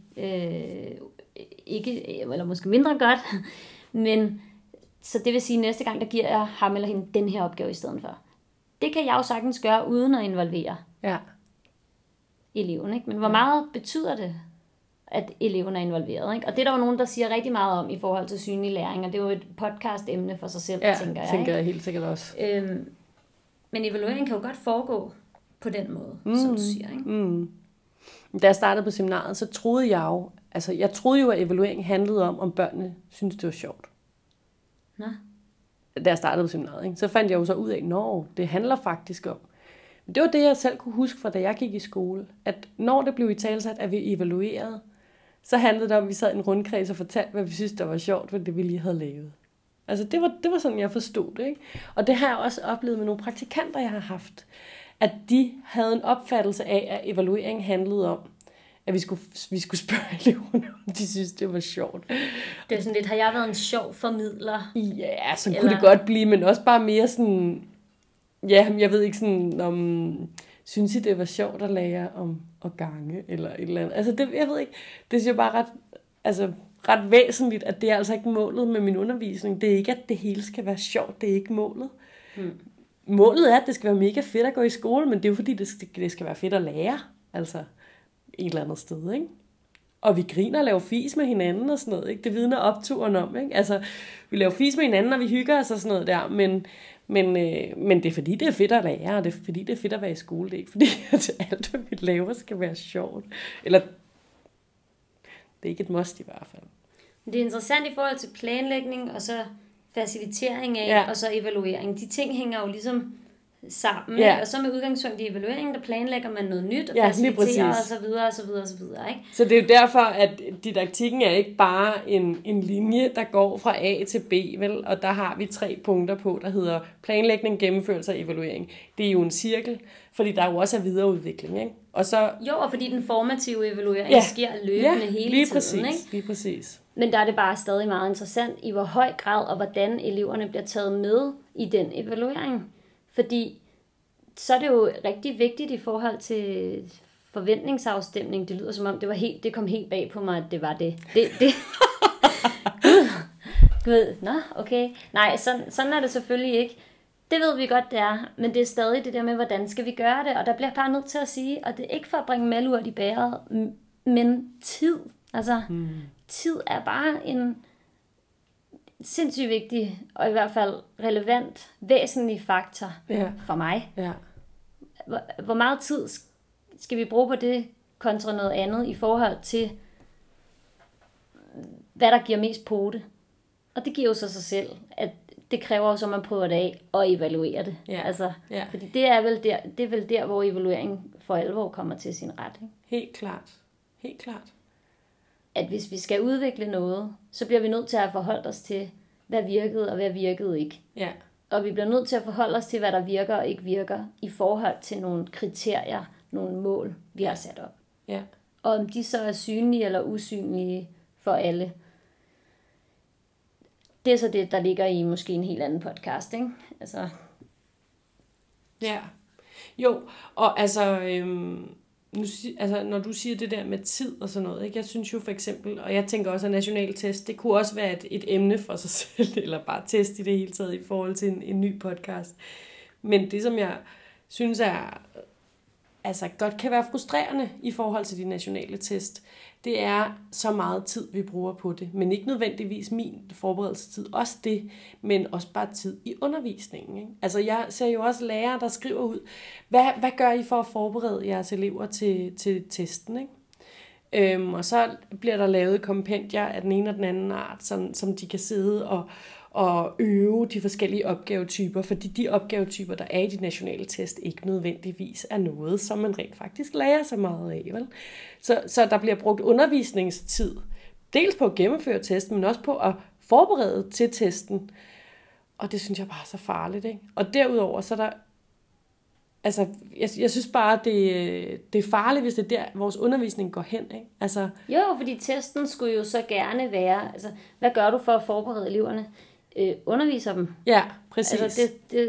ikke, eller måske mindre godt. Men så det vil sige, at næste gang, der giver jeg ham eller hende den her opgave i stedet for. Det kan jeg jo sagtens gøre, uden at involvere eleven, ikke? Men hvor meget betyder det, at eleven er involveret, ikke? Og det er der jo nogen, der siger rigtig meget om i forhold til synlig læring, og det er jo et podcast-emne for sig selv, tænker jeg. Tænker jeg helt sikkert også. Men evaluering kan jo godt foregå på den måde, som du siger, ikke? Da jeg startede på seminaret, så troede jeg troede jo, at evaluering handlede om børnene synes det var sjovt. Nå. Da jeg startede på seminaret, ikke? Så fandt jeg jo så ud af, det handler faktisk om. Men det var det, jeg selv kunne huske fra, da jeg gik i skole, at når det blev italesat, at vi evaluerede, så handlede det om, at vi sad i en rundkreds og fortalte, hvad vi synes, der var sjovt, hvad det vi lige havde lavet. Altså det var sådan, jeg forstod det, ikke? Og det har jeg også oplevet med nogle praktikanter, jeg har haft, at de havde en opfattelse af, at evaluering handlede om, at vi skulle spørge eleverne, om de synes, det var sjovt. Det er sådan lidt, har jeg været en sjov formidler? Ja, så kunne det godt blive, men også bare mere sådan, ja, jeg ved ikke sådan, synes I, det var sjovt at lære om at gange, eller et eller andet. Altså, jeg ved ikke, det synes jeg bare ret væsentligt, at det er altså ikke målet med min undervisning. Det er ikke, at det hele skal være sjovt, det er ikke målet. Målet er, at det skal være mega fedt at gå i skole, men det er jo fordi, det skal være fedt at lære, altså et eller andet sted, ikke? Og vi griner og laver fis med hinanden og sådan noget, ikke? Det vidner opturen om, ikke? Altså, vi laver fis med hinanden, og vi hygger os og sådan noget der, men det er fordi, det er fedt at lære, og det er fordi, det er fedt at være i skole. Det er ikke fordi, at alt, hvad vi laver, skal være sjovt. Eller, det er ikke et must i hvert fald. Det er interessant i forhold til planlægning, og så facilitering af, og så evaluering. De ting hænger jo ligesom sammen, Ja. ikke? Og så med udgangspunkt i evalueringen, der planlægger man noget nyt, og Ja, lige faciliterer og præcis. så videre, og så videre, og så videre, ikke? Så det er jo derfor, at didaktikken er ikke bare en linje, der går fra A til B, vel? Og der har vi 3 punkter på, der hedder planlægning, gennemførelse og evaluering. Det er jo en cirkel, fordi der jo også er videreudvikling, ikke? Og så... Jo, og fordi den formative evaluering sker løbende hele lige tiden, præcis, ikke? lige præcis. Men der er det bare stadig meget interessant, i hvor høj grad og hvordan eleverne bliver taget med i den evaluering. Fordi så er det jo rigtig vigtigt i forhold til forventningsafstemning. Det lyder som om, det kom helt bag på mig, at det var det. Gud, nå, okay. Nej, sådan er det selvfølgelig ikke. Det ved vi godt, det er. Men det er stadig det der med, hvordan skal vi gøre det? Og der bliver bare nødt til at sige, og det er ikke for at bringe malurt i bæret, men tid. Altså, tid er bare en sindssygt vigtig, og i hvert fald relevant, væsentlig faktor for mig. Ja. Hvor meget tid skal vi bruge på det, kontra noget andet, i forhold til, hvad der giver mest på det? Og det giver jo så sig selv, at det kræver også, at man prøver det af og evaluerer det. Ja. Altså, Ja. fordi det er vel der, hvor evaluering for alvor kommer til sin ret. Ikke? Helt klart. Helt klart. At hvis vi skal udvikle noget, så bliver vi nødt til at forholde os til, hvad virkede og hvad virkede ikke. Ja. Og vi bliver nødt til at forholde os til, hvad der virker og ikke virker, i forhold til nogle kriterier, nogle mål, vi har sat op. Ja. Og om de så er synlige eller usynlige for alle. Det er så det, der ligger i måske en helt anden podcast, ikke? Altså. Ja. Jo, og altså, når du siger det der med tid og sådan noget, ikke? Jeg synes jo for eksempel, og jeg tænker også, at national test, det kunne også være et emne for sig selv, eller bare test i det hele taget i forhold til en ny podcast. Men det, som jeg synes er, altså godt kan være frustrerende i forhold til de nationale test, det er så meget tid, vi bruger på det. Men ikke nødvendigvis min forberedelsestid, også det, men også bare tid i undervisningen. Ikke? Altså jeg ser jo også lærere, der skriver ud, hvad gør I for at forberede jeres elever til testen? Ikke? Og så bliver der lavet kompendier af den ene og den anden art, som de kan sidde og øve de forskellige opgavetyper, fordi de opgavetyper, der er i de nationale test, ikke nødvendigvis er noget, som man rent faktisk lærer så meget af. Vel? Så der bliver brugt undervisningstid, dels på at gennemføre testen, men også på at forberede til testen. Og det synes jeg bare er så farligt. Ikke? Og derudover, så er der... Altså, jeg synes bare, det er farligt, hvis det er der, vores undervisning går hen. Ikke? Altså, Jo, fordi testen skulle jo så gerne være... Altså, hvad gør du for at forberede eleverne? Underviser dem. Ja, præcis. Altså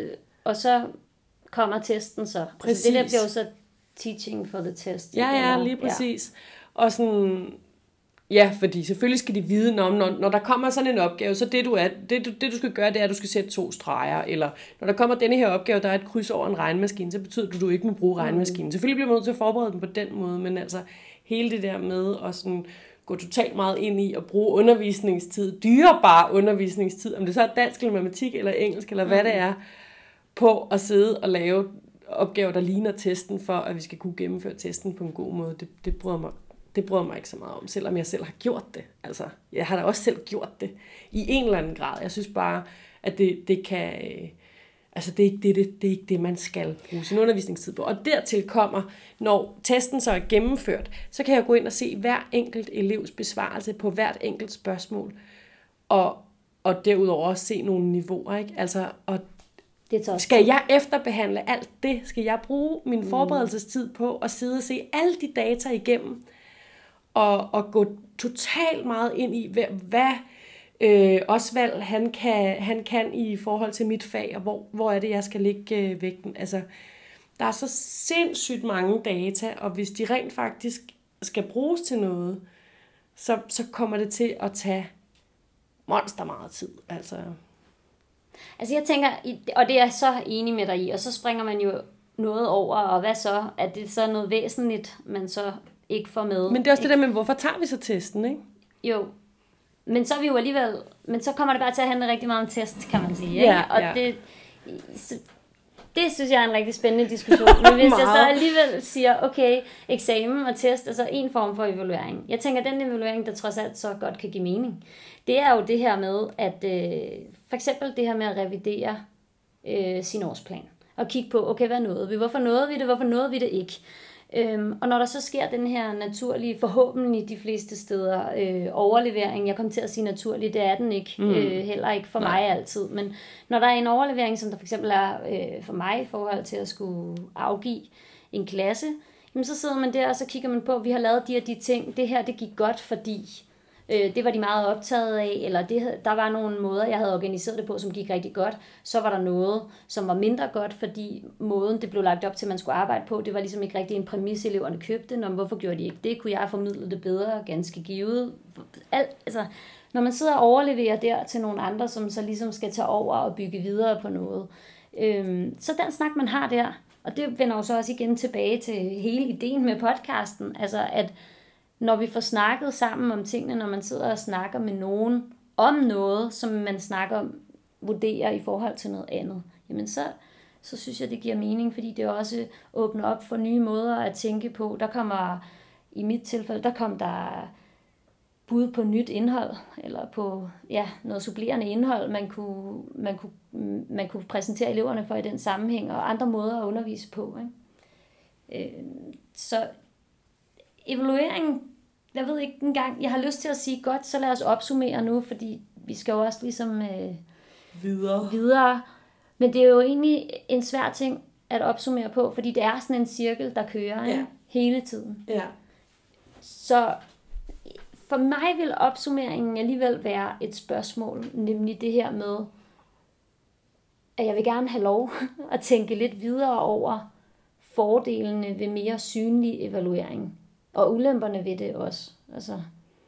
og så kommer testen så. Altså, det der bliver jo så teaching for the test. Ja, lige præcis. Ja. Og sådan... Ja, fordi selvfølgelig skal de vide, når der kommer sådan en opgave, så det du skal gøre, det er, at du skal sætte 2 streger, eller når der kommer denne her opgave, der er et kryds over en regnemaskine, så betyder det, at du ikke må bruge regnemaskinen. Selvfølgelig bliver man nødt til at forberede dem på den måde, men altså hele det der med at sådan gå totalt meget ind i at bruge undervisningstid, dyrebar undervisningstid, om det så er dansk eller matematik eller engelsk eller hvad det er, på at sidde og lave opgaver, der ligner testen, for at vi skal kunne gennemføre testen på en god måde, det bryder mig ikke så meget om, selvom jeg selv har gjort det. Altså, jeg har da også selv gjort det i en eller anden grad. Jeg synes bare, at det kan... Altså, det er ikke det, man skal bruge sin undervisningstid på. Og dertil kommer, når testen så er gennemført, så kan jeg gå ind og se hver enkelt elevs besvarelse på hvert enkelt spørgsmål. Og derudover også se nogle niveauer, ikke? Altså, og skal jeg efterbehandle alt det? Skal jeg bruge min forberedelsestid på at sidde og se alle de data igennem? Og gå totalt meget ind i, hvad Osvald han kan i forhold til mit fag, og hvor er det, jeg skal lægge vægten. Altså, der er så sindssygt mange data, og hvis de rent faktisk skal bruges til noget, så kommer det til at tage monster meget tid. Altså jeg tænker, og det er jeg så enig med dig i, og så springer man jo noget over, og hvad så? Er det så noget væsentligt, man så ikke får med? Men det er også det der med, hvorfor tager vi så testen, ikke? Jo, men så er vi jo alligevel, men så kommer det bare til at handle rigtig meget om test, kan man sige, ikke? Ja, og ja. det synes jeg er en rigtig spændende diskussion. Men hvis jeg så alligevel siger, okay, eksamen og test er så en form for evaluering. Jeg tænker, den evaluering, der trods alt så godt kan give mening, det er jo det her med, at for eksempel det her med at revidere sin årsplan. og kigge på, okay, hvad nåede vi? Hvorfor nåede vi det? Hvorfor nåede vi det ikke? Og når der så sker den her naturlige, forhåbentlig de fleste steder, overlevering, jeg kom til at sige naturlig, det er den ikke, heller ikke for mig altid, men når der er en overlevering, som der for eksempel er for mig i forhold til at skulle afgive en klasse, jamen så sidder man der, og så kigger man på, vi har lavet de og de ting, det her det gik godt, fordi det var de meget optaget af, eller der var nogle måder, jeg havde organiseret det på, som gik rigtig godt. Så var der noget, som var mindre godt, fordi måden, det blev lagt op til, man skulle arbejde på, det var ligesom ikke rigtig en præmis, eleverne købte. Hvorfor gjorde de ikke det? Kunne jeg formidle det bedre? Ganske givet. Altså, når man sidder og overleverer der til nogle andre, som så ligesom skal tage over og bygge videre på noget. Så den snak, man har der, og det vender jo så også igen tilbage til hele ideen med podcasten, altså at når vi får snakket sammen om tingene, når man sidder og snakker med nogen om noget, som man snakker om, vurderer i forhold til noget andet, jamen så synes jeg, det giver mening, fordi det også åbner op for nye måder at tænke på. Der kommer, i mit tilfælde, der kom der bud på nyt indhold, eller på noget supplerende indhold, man kunne præsentere eleverne for i den sammenhæng, og andre måder at undervise på. Ikke? Så evaluering, jeg ved ikke engang, jeg har lyst til at sige godt, så lad os opsummere nu, fordi vi skal jo også ligesom videre. Men det er jo egentlig en svær ting at opsummere på, fordi det er sådan en cirkel, der kører hele tiden. Ja. Så for mig vil opsummeringen alligevel være et spørgsmål, nemlig det her med, at jeg vil gerne have lov at tænke lidt videre over fordelene ved mere synlig evaluering. Og ulemperne ved det også. Altså,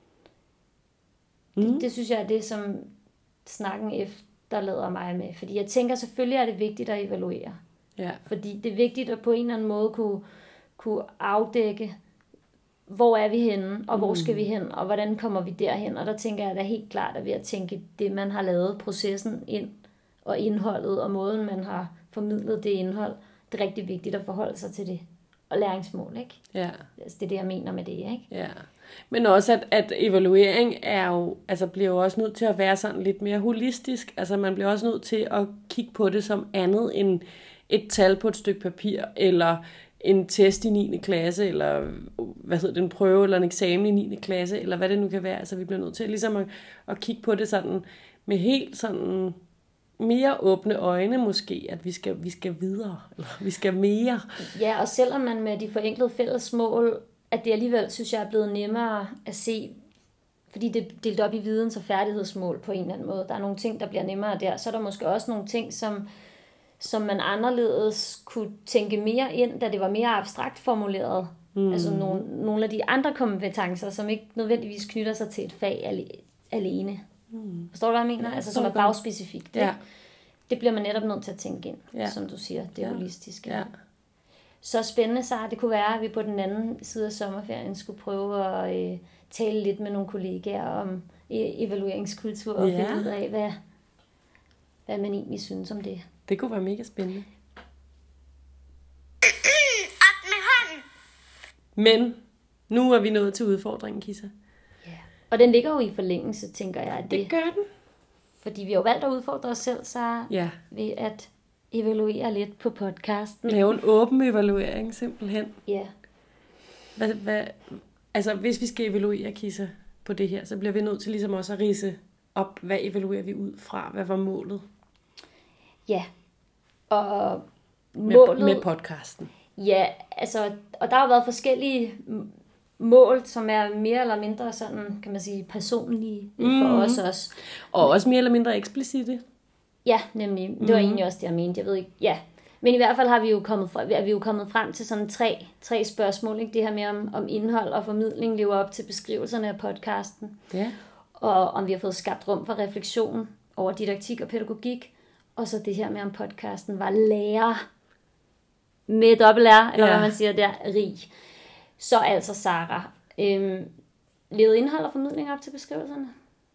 det synes jeg er det, som snakken efterlader mig med. Fordi jeg tænker, selvfølgelig er det vigtigt at evaluere. Ja. Fordi det er vigtigt at på en eller anden måde kunne afdække, hvor er vi henne, og hvor skal vi hen, og hvordan kommer vi derhen. Og der tænker jeg da helt klart, at ved at tænke det, man har lavet, processen ind, og indholdet, og måden, man har formidlet det indhold, det er rigtig vigtigt at forholde sig til det. Og læringsmål, ikke? Ja. Altså, det er det, jeg mener med det, ikke? Ja. Men også, at evaluering er jo, altså bliver jo også nødt til at være sådan lidt mere holistisk. Altså, man bliver også nødt til at kigge på det som andet end et tal på et stykke papir, eller en test i 9. klasse, eller en prøve, eller en eksamen i 9. klasse, eller hvad det nu kan være. Altså, vi bliver nødt til ligesom at kigge på det sådan, med helt sådan mere åbne øjne måske, at vi skal videre, eller vi skal mere. Ja, og selvom man med de forenklede fælles mål, at det alligevel, synes jeg, er blevet nemmere at se, fordi det er delt op i videns- og færdighedsmål på en eller anden måde. Der er nogle ting, der bliver nemmere der. Så er der måske også nogle ting, som man anderledes kunne tænke mere ind, da det var mere abstrakt formuleret. Altså nogle af de andre kompetencer, som ikke nødvendigvis knytter sig til et fag alene. Forstår du, hvad jeg mener? Ja, altså som er fagspecifikt. Ja. Det bliver man netop nødt til at tænke ind, som du siger. Det er holistisk. Ja. Så spændende, så det kunne være, at vi på den anden side af sommerferien skulle prøve at tale lidt med nogle kollegaer om evalueringskultur og finde ud af, hvad man egentlig synes om det. Det kunne være mega spændende. Op med hånden. Men nu er vi nået til udfordringen, Kisa. Og den ligger jo i forlængelse, tænker jeg. Det gør den. Fordi vi har jo valgt at udfordre os selv, så ved at evaluere lidt på podcasten. Lave en åben evaluering, simpelthen. Ja. Altså, hvis vi skal evaluere, Kisa, på det her, så bliver vi nødt til ligesom også at ridse op, hvad evaluerer vi ud fra? Hvad var målet? Ja. Og målet med podcasten. Ja, altså, og der har været forskellige mål, som er mere eller mindre sådan, kan man sige, personlige for os også. Og også mere eller mindre eksplicite. Ja, nemlig. Det var egentlig også det, jeg mente. Jeg ved ikke. Ja. Men i hvert fald er vi jo kommet frem til sådan tre spørgsmål. Ikke? Det her med om indhold og formidling lever op til beskrivelserne af podcasten. Ja. Og om vi har fået skabt rum for refleksion over didaktik og pædagogik. Og så det her med, om podcasten var lærer med dobbelt R, eller hvad man siger der, rig. Så altså, Sara, levede indhold og formidling op til beskrivelserne?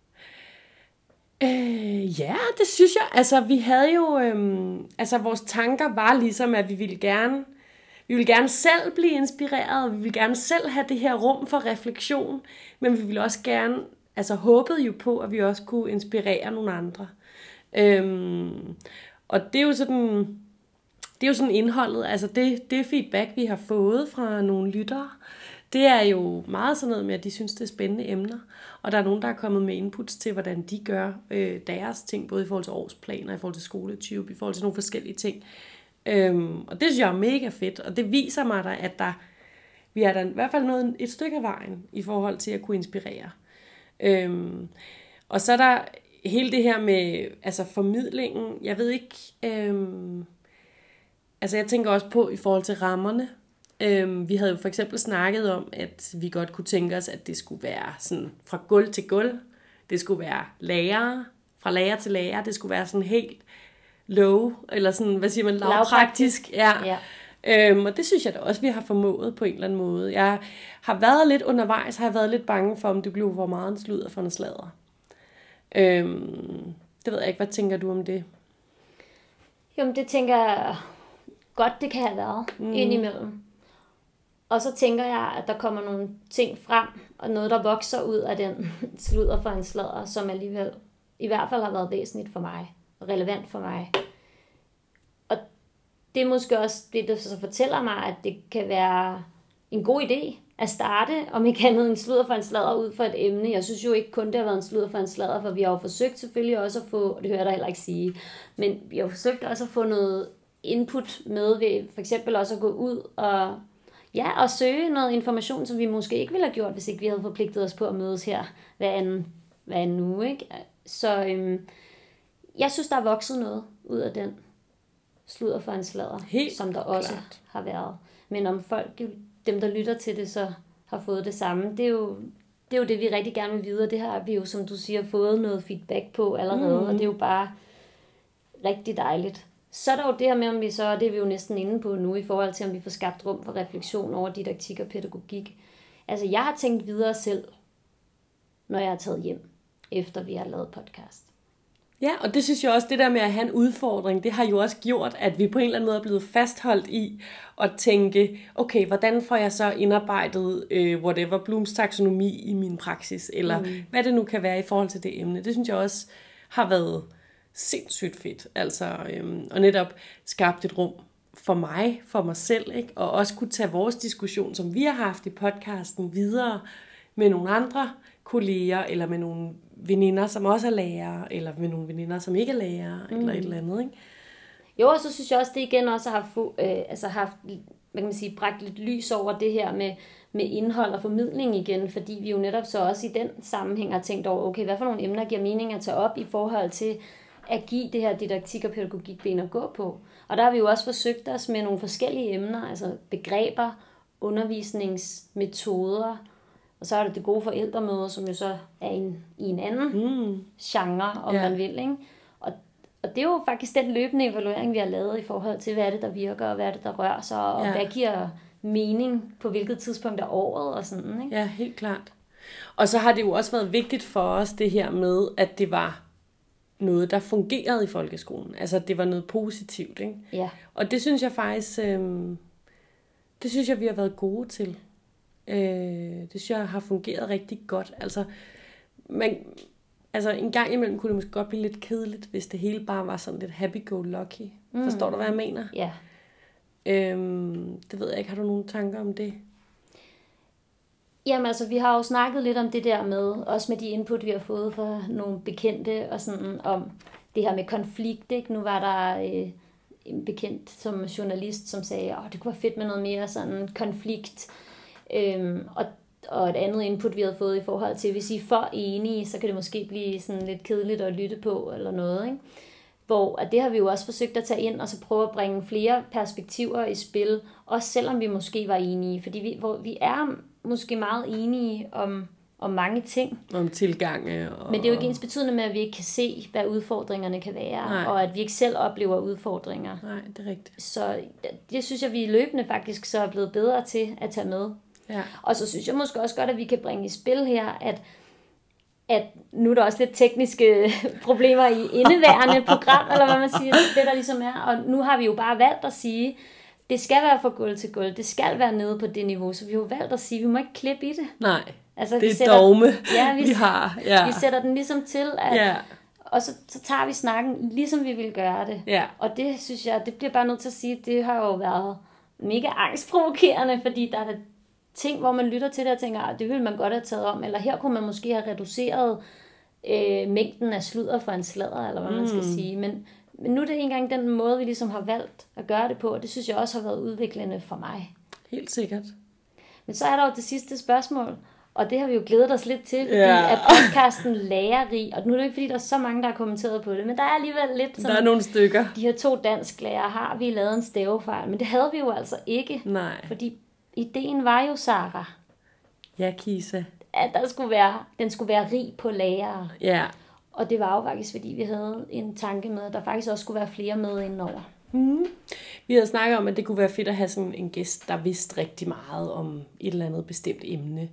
Ja, det synes jeg. Altså, vi havde jo... vores tanker var ligesom, at vi ville gerne selv blive inspireret, og vi ville gerne selv have det her rum for refleksion, men vi ville også gerne... Altså, håbede jo på, at vi også kunne inspirere nogle andre. Og det er jo sådan... det er jo sådan indholdet, altså det feedback, vi har fået fra nogle lyttere, det er jo meget sådan noget med, at de synes, det er spændende emner. Og der er nogen, der er kommet med inputs til, hvordan de gør deres ting, både i forhold til årsplaner, i forhold til skoletube, i forhold til nogle forskellige ting. Og det synes jeg er mega fedt, og det viser mig da, at vi er der i hvert fald nået et stykke af vejen i forhold til at kunne inspirere. Og så er der hele det her med altså formidlingen. Jeg ved ikke, altså jeg tænker også på i forhold til rammerne. Vi havde jo for eksempel snakket om, at vi godt kunne tænke os, at det skulle være sådan fra gulv til gulv. Det skulle være lærere, fra lærer til lærer. Det skulle være sådan helt low, eller sådan, hvad siger man, lavpraktisk. Ja. Og det synes jeg da også, vi har formået på en eller anden måde. Jeg har været lidt undervejs, har jeg været lidt bange for, om det blev for meget en sludder for en sladder. Det ved jeg ikke, hvad tænker du om det? Jamen det tænker jeg godt, det kan have været indimellem. Og så tænker jeg, at der kommer nogle ting frem, og noget, der vokser ud af den sludder for en sladder, som alligevel i hvert fald har været væsentligt for mig, og relevant for mig. Og det er måske også det, der så fortæller mig, at det kan være en god idé at starte, om ikke andet en sludder for en sladder ud for et emne. Jeg synes jo ikke kun, det har været en sludder for en sladder, for vi har jo forsøgt selvfølgelig også at få, og det hører jeg da heller ikke sige, men vi har jo forsøgt også at få noget input med ved for eksempel også at gå ud og søge noget information, som vi måske ikke ville have gjort, hvis ikke vi havde forpligtet os på at mødes her hver anden uge, ikke? Så jeg synes, der er vokset noget ud af den sludder for en sladder, helt som der også klart har været. Men om folk, dem der lytter til det, så har fået det samme, det er jo det, vi rigtig gerne vil vide, og det har vi jo, som du siger, fået noget feedback på allerede, og det er jo bare rigtig dejligt. Så er der jo det her med, om vi så, og det er vi jo næsten inde på nu, i forhold til, om vi får skabt rum for refleksion over didaktik og pædagogik. Altså, jeg har tænkt videre selv, når jeg er taget hjem, efter vi har lavet podcast. Ja, og det synes jeg også, det der med at have en udfordring, det har jo også gjort, at vi på en eller anden måde er blevet fastholdt i at tænke, okay, hvordan får jeg så indarbejdet whatever, Blooms taksonomi i min praksis, eller hvad det nu kan være i forhold til det emne. Det synes jeg også har været sindssygt fedt, altså, og netop skabt et rum for mig, for mig selv, ikke? Og også kunne tage vores diskussion, som vi har haft i podcasten, videre med nogle andre kolleger, eller med nogle veninder, som også er lærere, eller med nogle veninder, som ikke er lærere, eller et eller andet, ikke? Jo, og så synes jeg også, det igen også har haft, hvad kan man sige, bragt lidt lys over det her med indhold og formidling igen, fordi vi jo netop så også i den sammenhæng har tænkt over, okay, hvad for nogle emner giver mening at tage op i forhold til at give det her didaktik og pædagogikben at gå på. Og der har vi jo også forsøgt os med nogle forskellige emner, altså begreber, undervisningsmetoder, og så er det gode forældremøder, som jo så er i en anden genre, om man vil, ikke? Og det er jo faktisk den løbende evaluering, vi har lavet i forhold til, hvad er det, der virker, og hvad er det, der rører sig, og hvad giver mening på hvilket tidspunkt af året, og sådan, ikke? Ja, helt klart. Og så har det jo også været vigtigt for os, det her med, at det var noget, der fungerede i folkeskolen. Altså, det var noget positivt, ikke? Ja. Og det synes jeg faktisk, det synes jeg, vi har været gode til. Det synes jeg har fungeret rigtig godt. Altså en gang imellem kunne det måske godt blive lidt kedeligt, hvis det hele bare var sådan lidt happy-go-lucky. Forstår du, hvad jeg mener? Ja. Det ved jeg ikke. Har du nogle tanker om det? Jamen altså, vi har jo snakket lidt om det der med, også med de input, vi har fået fra nogle bekendte, og sådan om det her med konflikt, ikke? Nu var der en bekendt som journalist, som sagde, det kunne være fedt med noget mere sådan konflikt. Og et andet input, vi havde fået i forhold til, hvis I er for enige, så kan det måske blive sådan lidt kedeligt at lytte på, eller noget, ikke? Hvor at det har vi jo også forsøgt at tage ind, og så prøve at bringe flere perspektiver i spil, også selvom vi måske var enige, fordi vi er måske meget enige om mange ting. Om tilgange. Men det er jo ikke ensbetydende med, at vi ikke kan se, hvad udfordringerne kan være, og at vi ikke selv oplever udfordringer. Nej, det er rigtigt. Så det synes jeg, vi løbende faktisk så er blevet bedre til at tage med. Ja. Og så synes jeg måske også godt, at vi kan bringe i spil her, at nu er der også lidt tekniske problemer i indeværende program, eller hvad man siger, det der ligesom er. Og nu har vi jo bare valgt at sige, det skal være fra gulv til gulv, det skal være nede på det niveau, så vi har jo valgt at sige, vi må ikke klippe i det. Nej, altså, det er dogme, vi har. Ja. Vi sætter den ligesom til, Og så tager vi snakken, ligesom vi vil gøre det. Ja. Og det synes jeg, det bliver bare nødt til at sige, det har jo været mega angstprovokerende, fordi der er ting, hvor man lytter til det og tænker, det ville man godt have taget om, eller her kunne man måske have reduceret mængden af sludder for en sladder, eller hvad man skal sige. Men nu er det engang den måde, vi ligesom har valgt at gøre det på, og det synes jeg også har været udviklende for mig. Helt sikkert. Men så er der jo det sidste spørgsmål, og det har vi jo glædet os lidt til, fordi er podcasten lærerig, og nu er det ikke, fordi der er så mange, der har kommenteret på det, men der er alligevel lidt sådan, der er nogle stykker. De her 2 dansklærer, har vi lavet en stavefejl, men det havde vi jo altså ikke. Nej. Fordi ideen var jo, Sarah, Ja, Kisa. at den skulle være rig på lærere. Ja. Og det var jo faktisk, fordi vi havde en tanke med, at der faktisk også skulle være flere med indenover. Vi havde snakket om, at det kunne være fedt at have sådan en gæst, der vidste rigtig meget om et eller andet bestemt emne.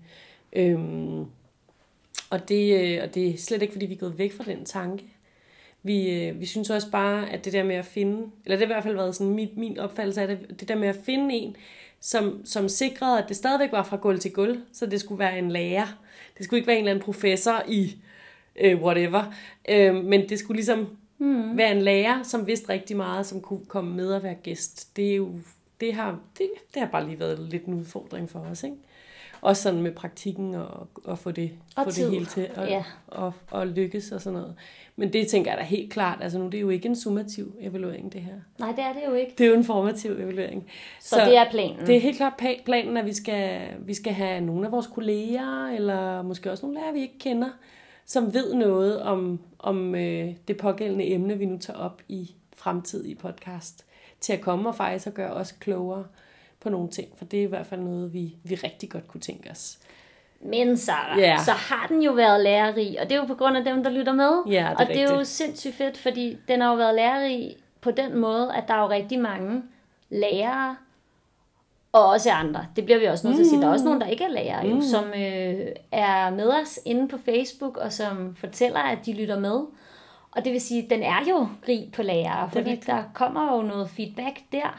Og det er slet ikke, fordi vi er gået væk fra den tanke. Vi synes også bare, at det der med at finde, eller det har i hvert fald været sådan min opfattelse af det der med at finde en, som sikrede, at det stadigvæk var fra gulv til gulv, så det skulle være en lærer. Det skulle ikke være en eller anden professor i whatever, men det skulle ligesom være en lærer, som vidste rigtig meget, som kunne komme med og være gæst. Det har bare lige været lidt en udfordring for os, ikke? Også sådan med praktikken og få det hele til og lykkes og sådan noget. Men det tænker jeg da helt klart. Altså nu det er jo ikke en summativ evaluering, det her. Nej, det er det jo ikke. Det er jo en formativ evaluering. Så det er planen. Det er helt klart planen, at vi skal have nogle af vores kolleger, eller måske også nogle lærere, vi ikke kender, som ved noget om det pågældende emne, vi nu tager op i fremtidige podcast, til at komme og faktisk og gøre os klogere på nogle ting, for det er i hvert fald noget, vi rigtig godt kunne tænke os. Men Sarah, så har den jo været lærerig, og det er jo på grund af dem, der lytter med. Ja, og det er jo sindssygt fedt, fordi den har jo været lærerig på den måde, at der er jo rigtig mange lærere, og også andre. Det bliver vi også nødt til at sige. Der er også nogen, der ikke er lærere, jo, som er med os inde på Facebook, og som fortæller, at de lytter med. Og det vil sige, at den er jo rig på lærere, fordi der kommer jo noget feedback der.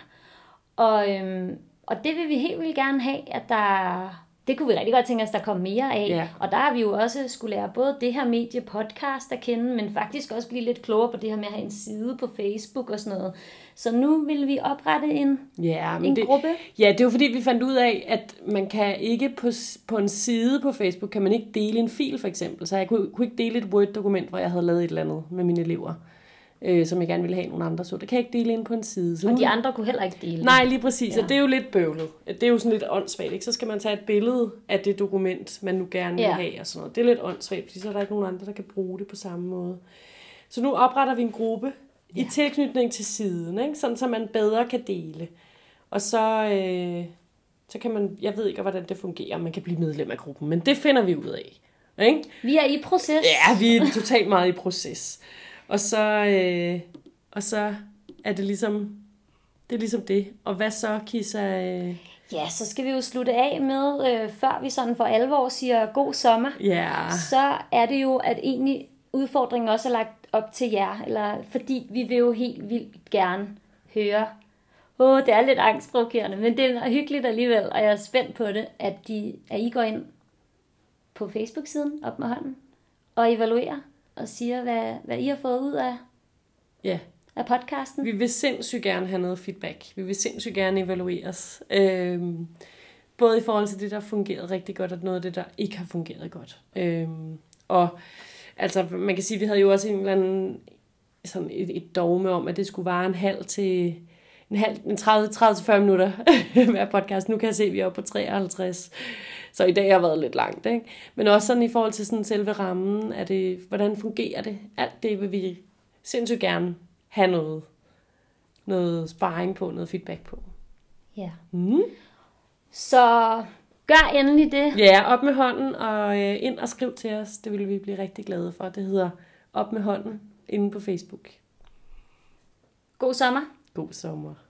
Og det vil vi helt vildt gerne have, at det kunne vi rigtig godt tænke os, der kom mere af. Yeah. Og der har vi jo også skulle lære både det her medie podcast at kende, men faktisk også blive lidt klogere på det her med at have en side på Facebook og sådan noget. Så nu vil vi oprette en gruppe. Ja, det er jo fordi, vi fandt ud af, at man kan ikke på en side på Facebook, kan man ikke dele en fil for eksempel. Så jeg kunne ikke dele et Word-dokument, hvor jeg havde lavet et eller andet med mine elever, som jeg gerne ville have nogle andre så. Det kan jeg ikke dele ind på en side. Så og de andre kunne heller ikke dele. Nej, lige præcis. Ja. Og det er jo lidt bøvlet. Det er jo sådan lidt åndssvagt, ikke? Så skal man tage et billede af det dokument, man nu gerne vil have og sådan noget. Det er lidt åndssvagt, fordi så er der ikke nogen andre, der kan bruge det på samme måde. Så nu opretter vi en gruppe i tilknytning til siden, ikke? Sådan så man bedre kan dele. Og så kan man, jeg ved ikke, hvordan det fungerer, man kan blive medlem af gruppen, men det finder vi ud af. Ikke? Vi er i proces. Ja, vi er totalt meget i proces. Og så er det ligesom det. Og hvad så, Kisa? Ja, så skal vi jo slutte af med, før vi sådan for alvor siger god sommer. Yeah. Så er det jo, at egentlig udfordringen også er lagt op til jer. Eller fordi vi vil jo helt vildt gerne høre. Det er lidt angstprovokerende, men det er hyggeligt alligevel. Og jeg er spændt på det, at I går ind på Facebook-siden op med hånden og evaluerer. Og siger, hvad I har fået ud af podcasten. Vi vil sindssygt gerne have noget feedback. Vi vil sindssygt gerne evalueres. Både i forhold til det, der fungerede rigtig godt, og noget af det, der ikke har fungeret godt. Og altså, man kan sige, vi havde jo også en eller anden sådan et dogme om, at det skulle vare en 30-40 minutter hver podcast. Nu kan jeg se, at vi er oppe på 53. Så i dag har været lidt langt, ikke? Men også sådan i forhold til sådan selve rammen, hvordan fungerer det? Alt det vil vi sindssygt gerne have noget sparring på, noget feedback på. Ja. Så gør endelig det. Ja, op med hånden og ind og skriv til os. Det vil vi blive rigtig glade for. Det hedder Op med hånden inde på Facebook. God sommer. God sommer.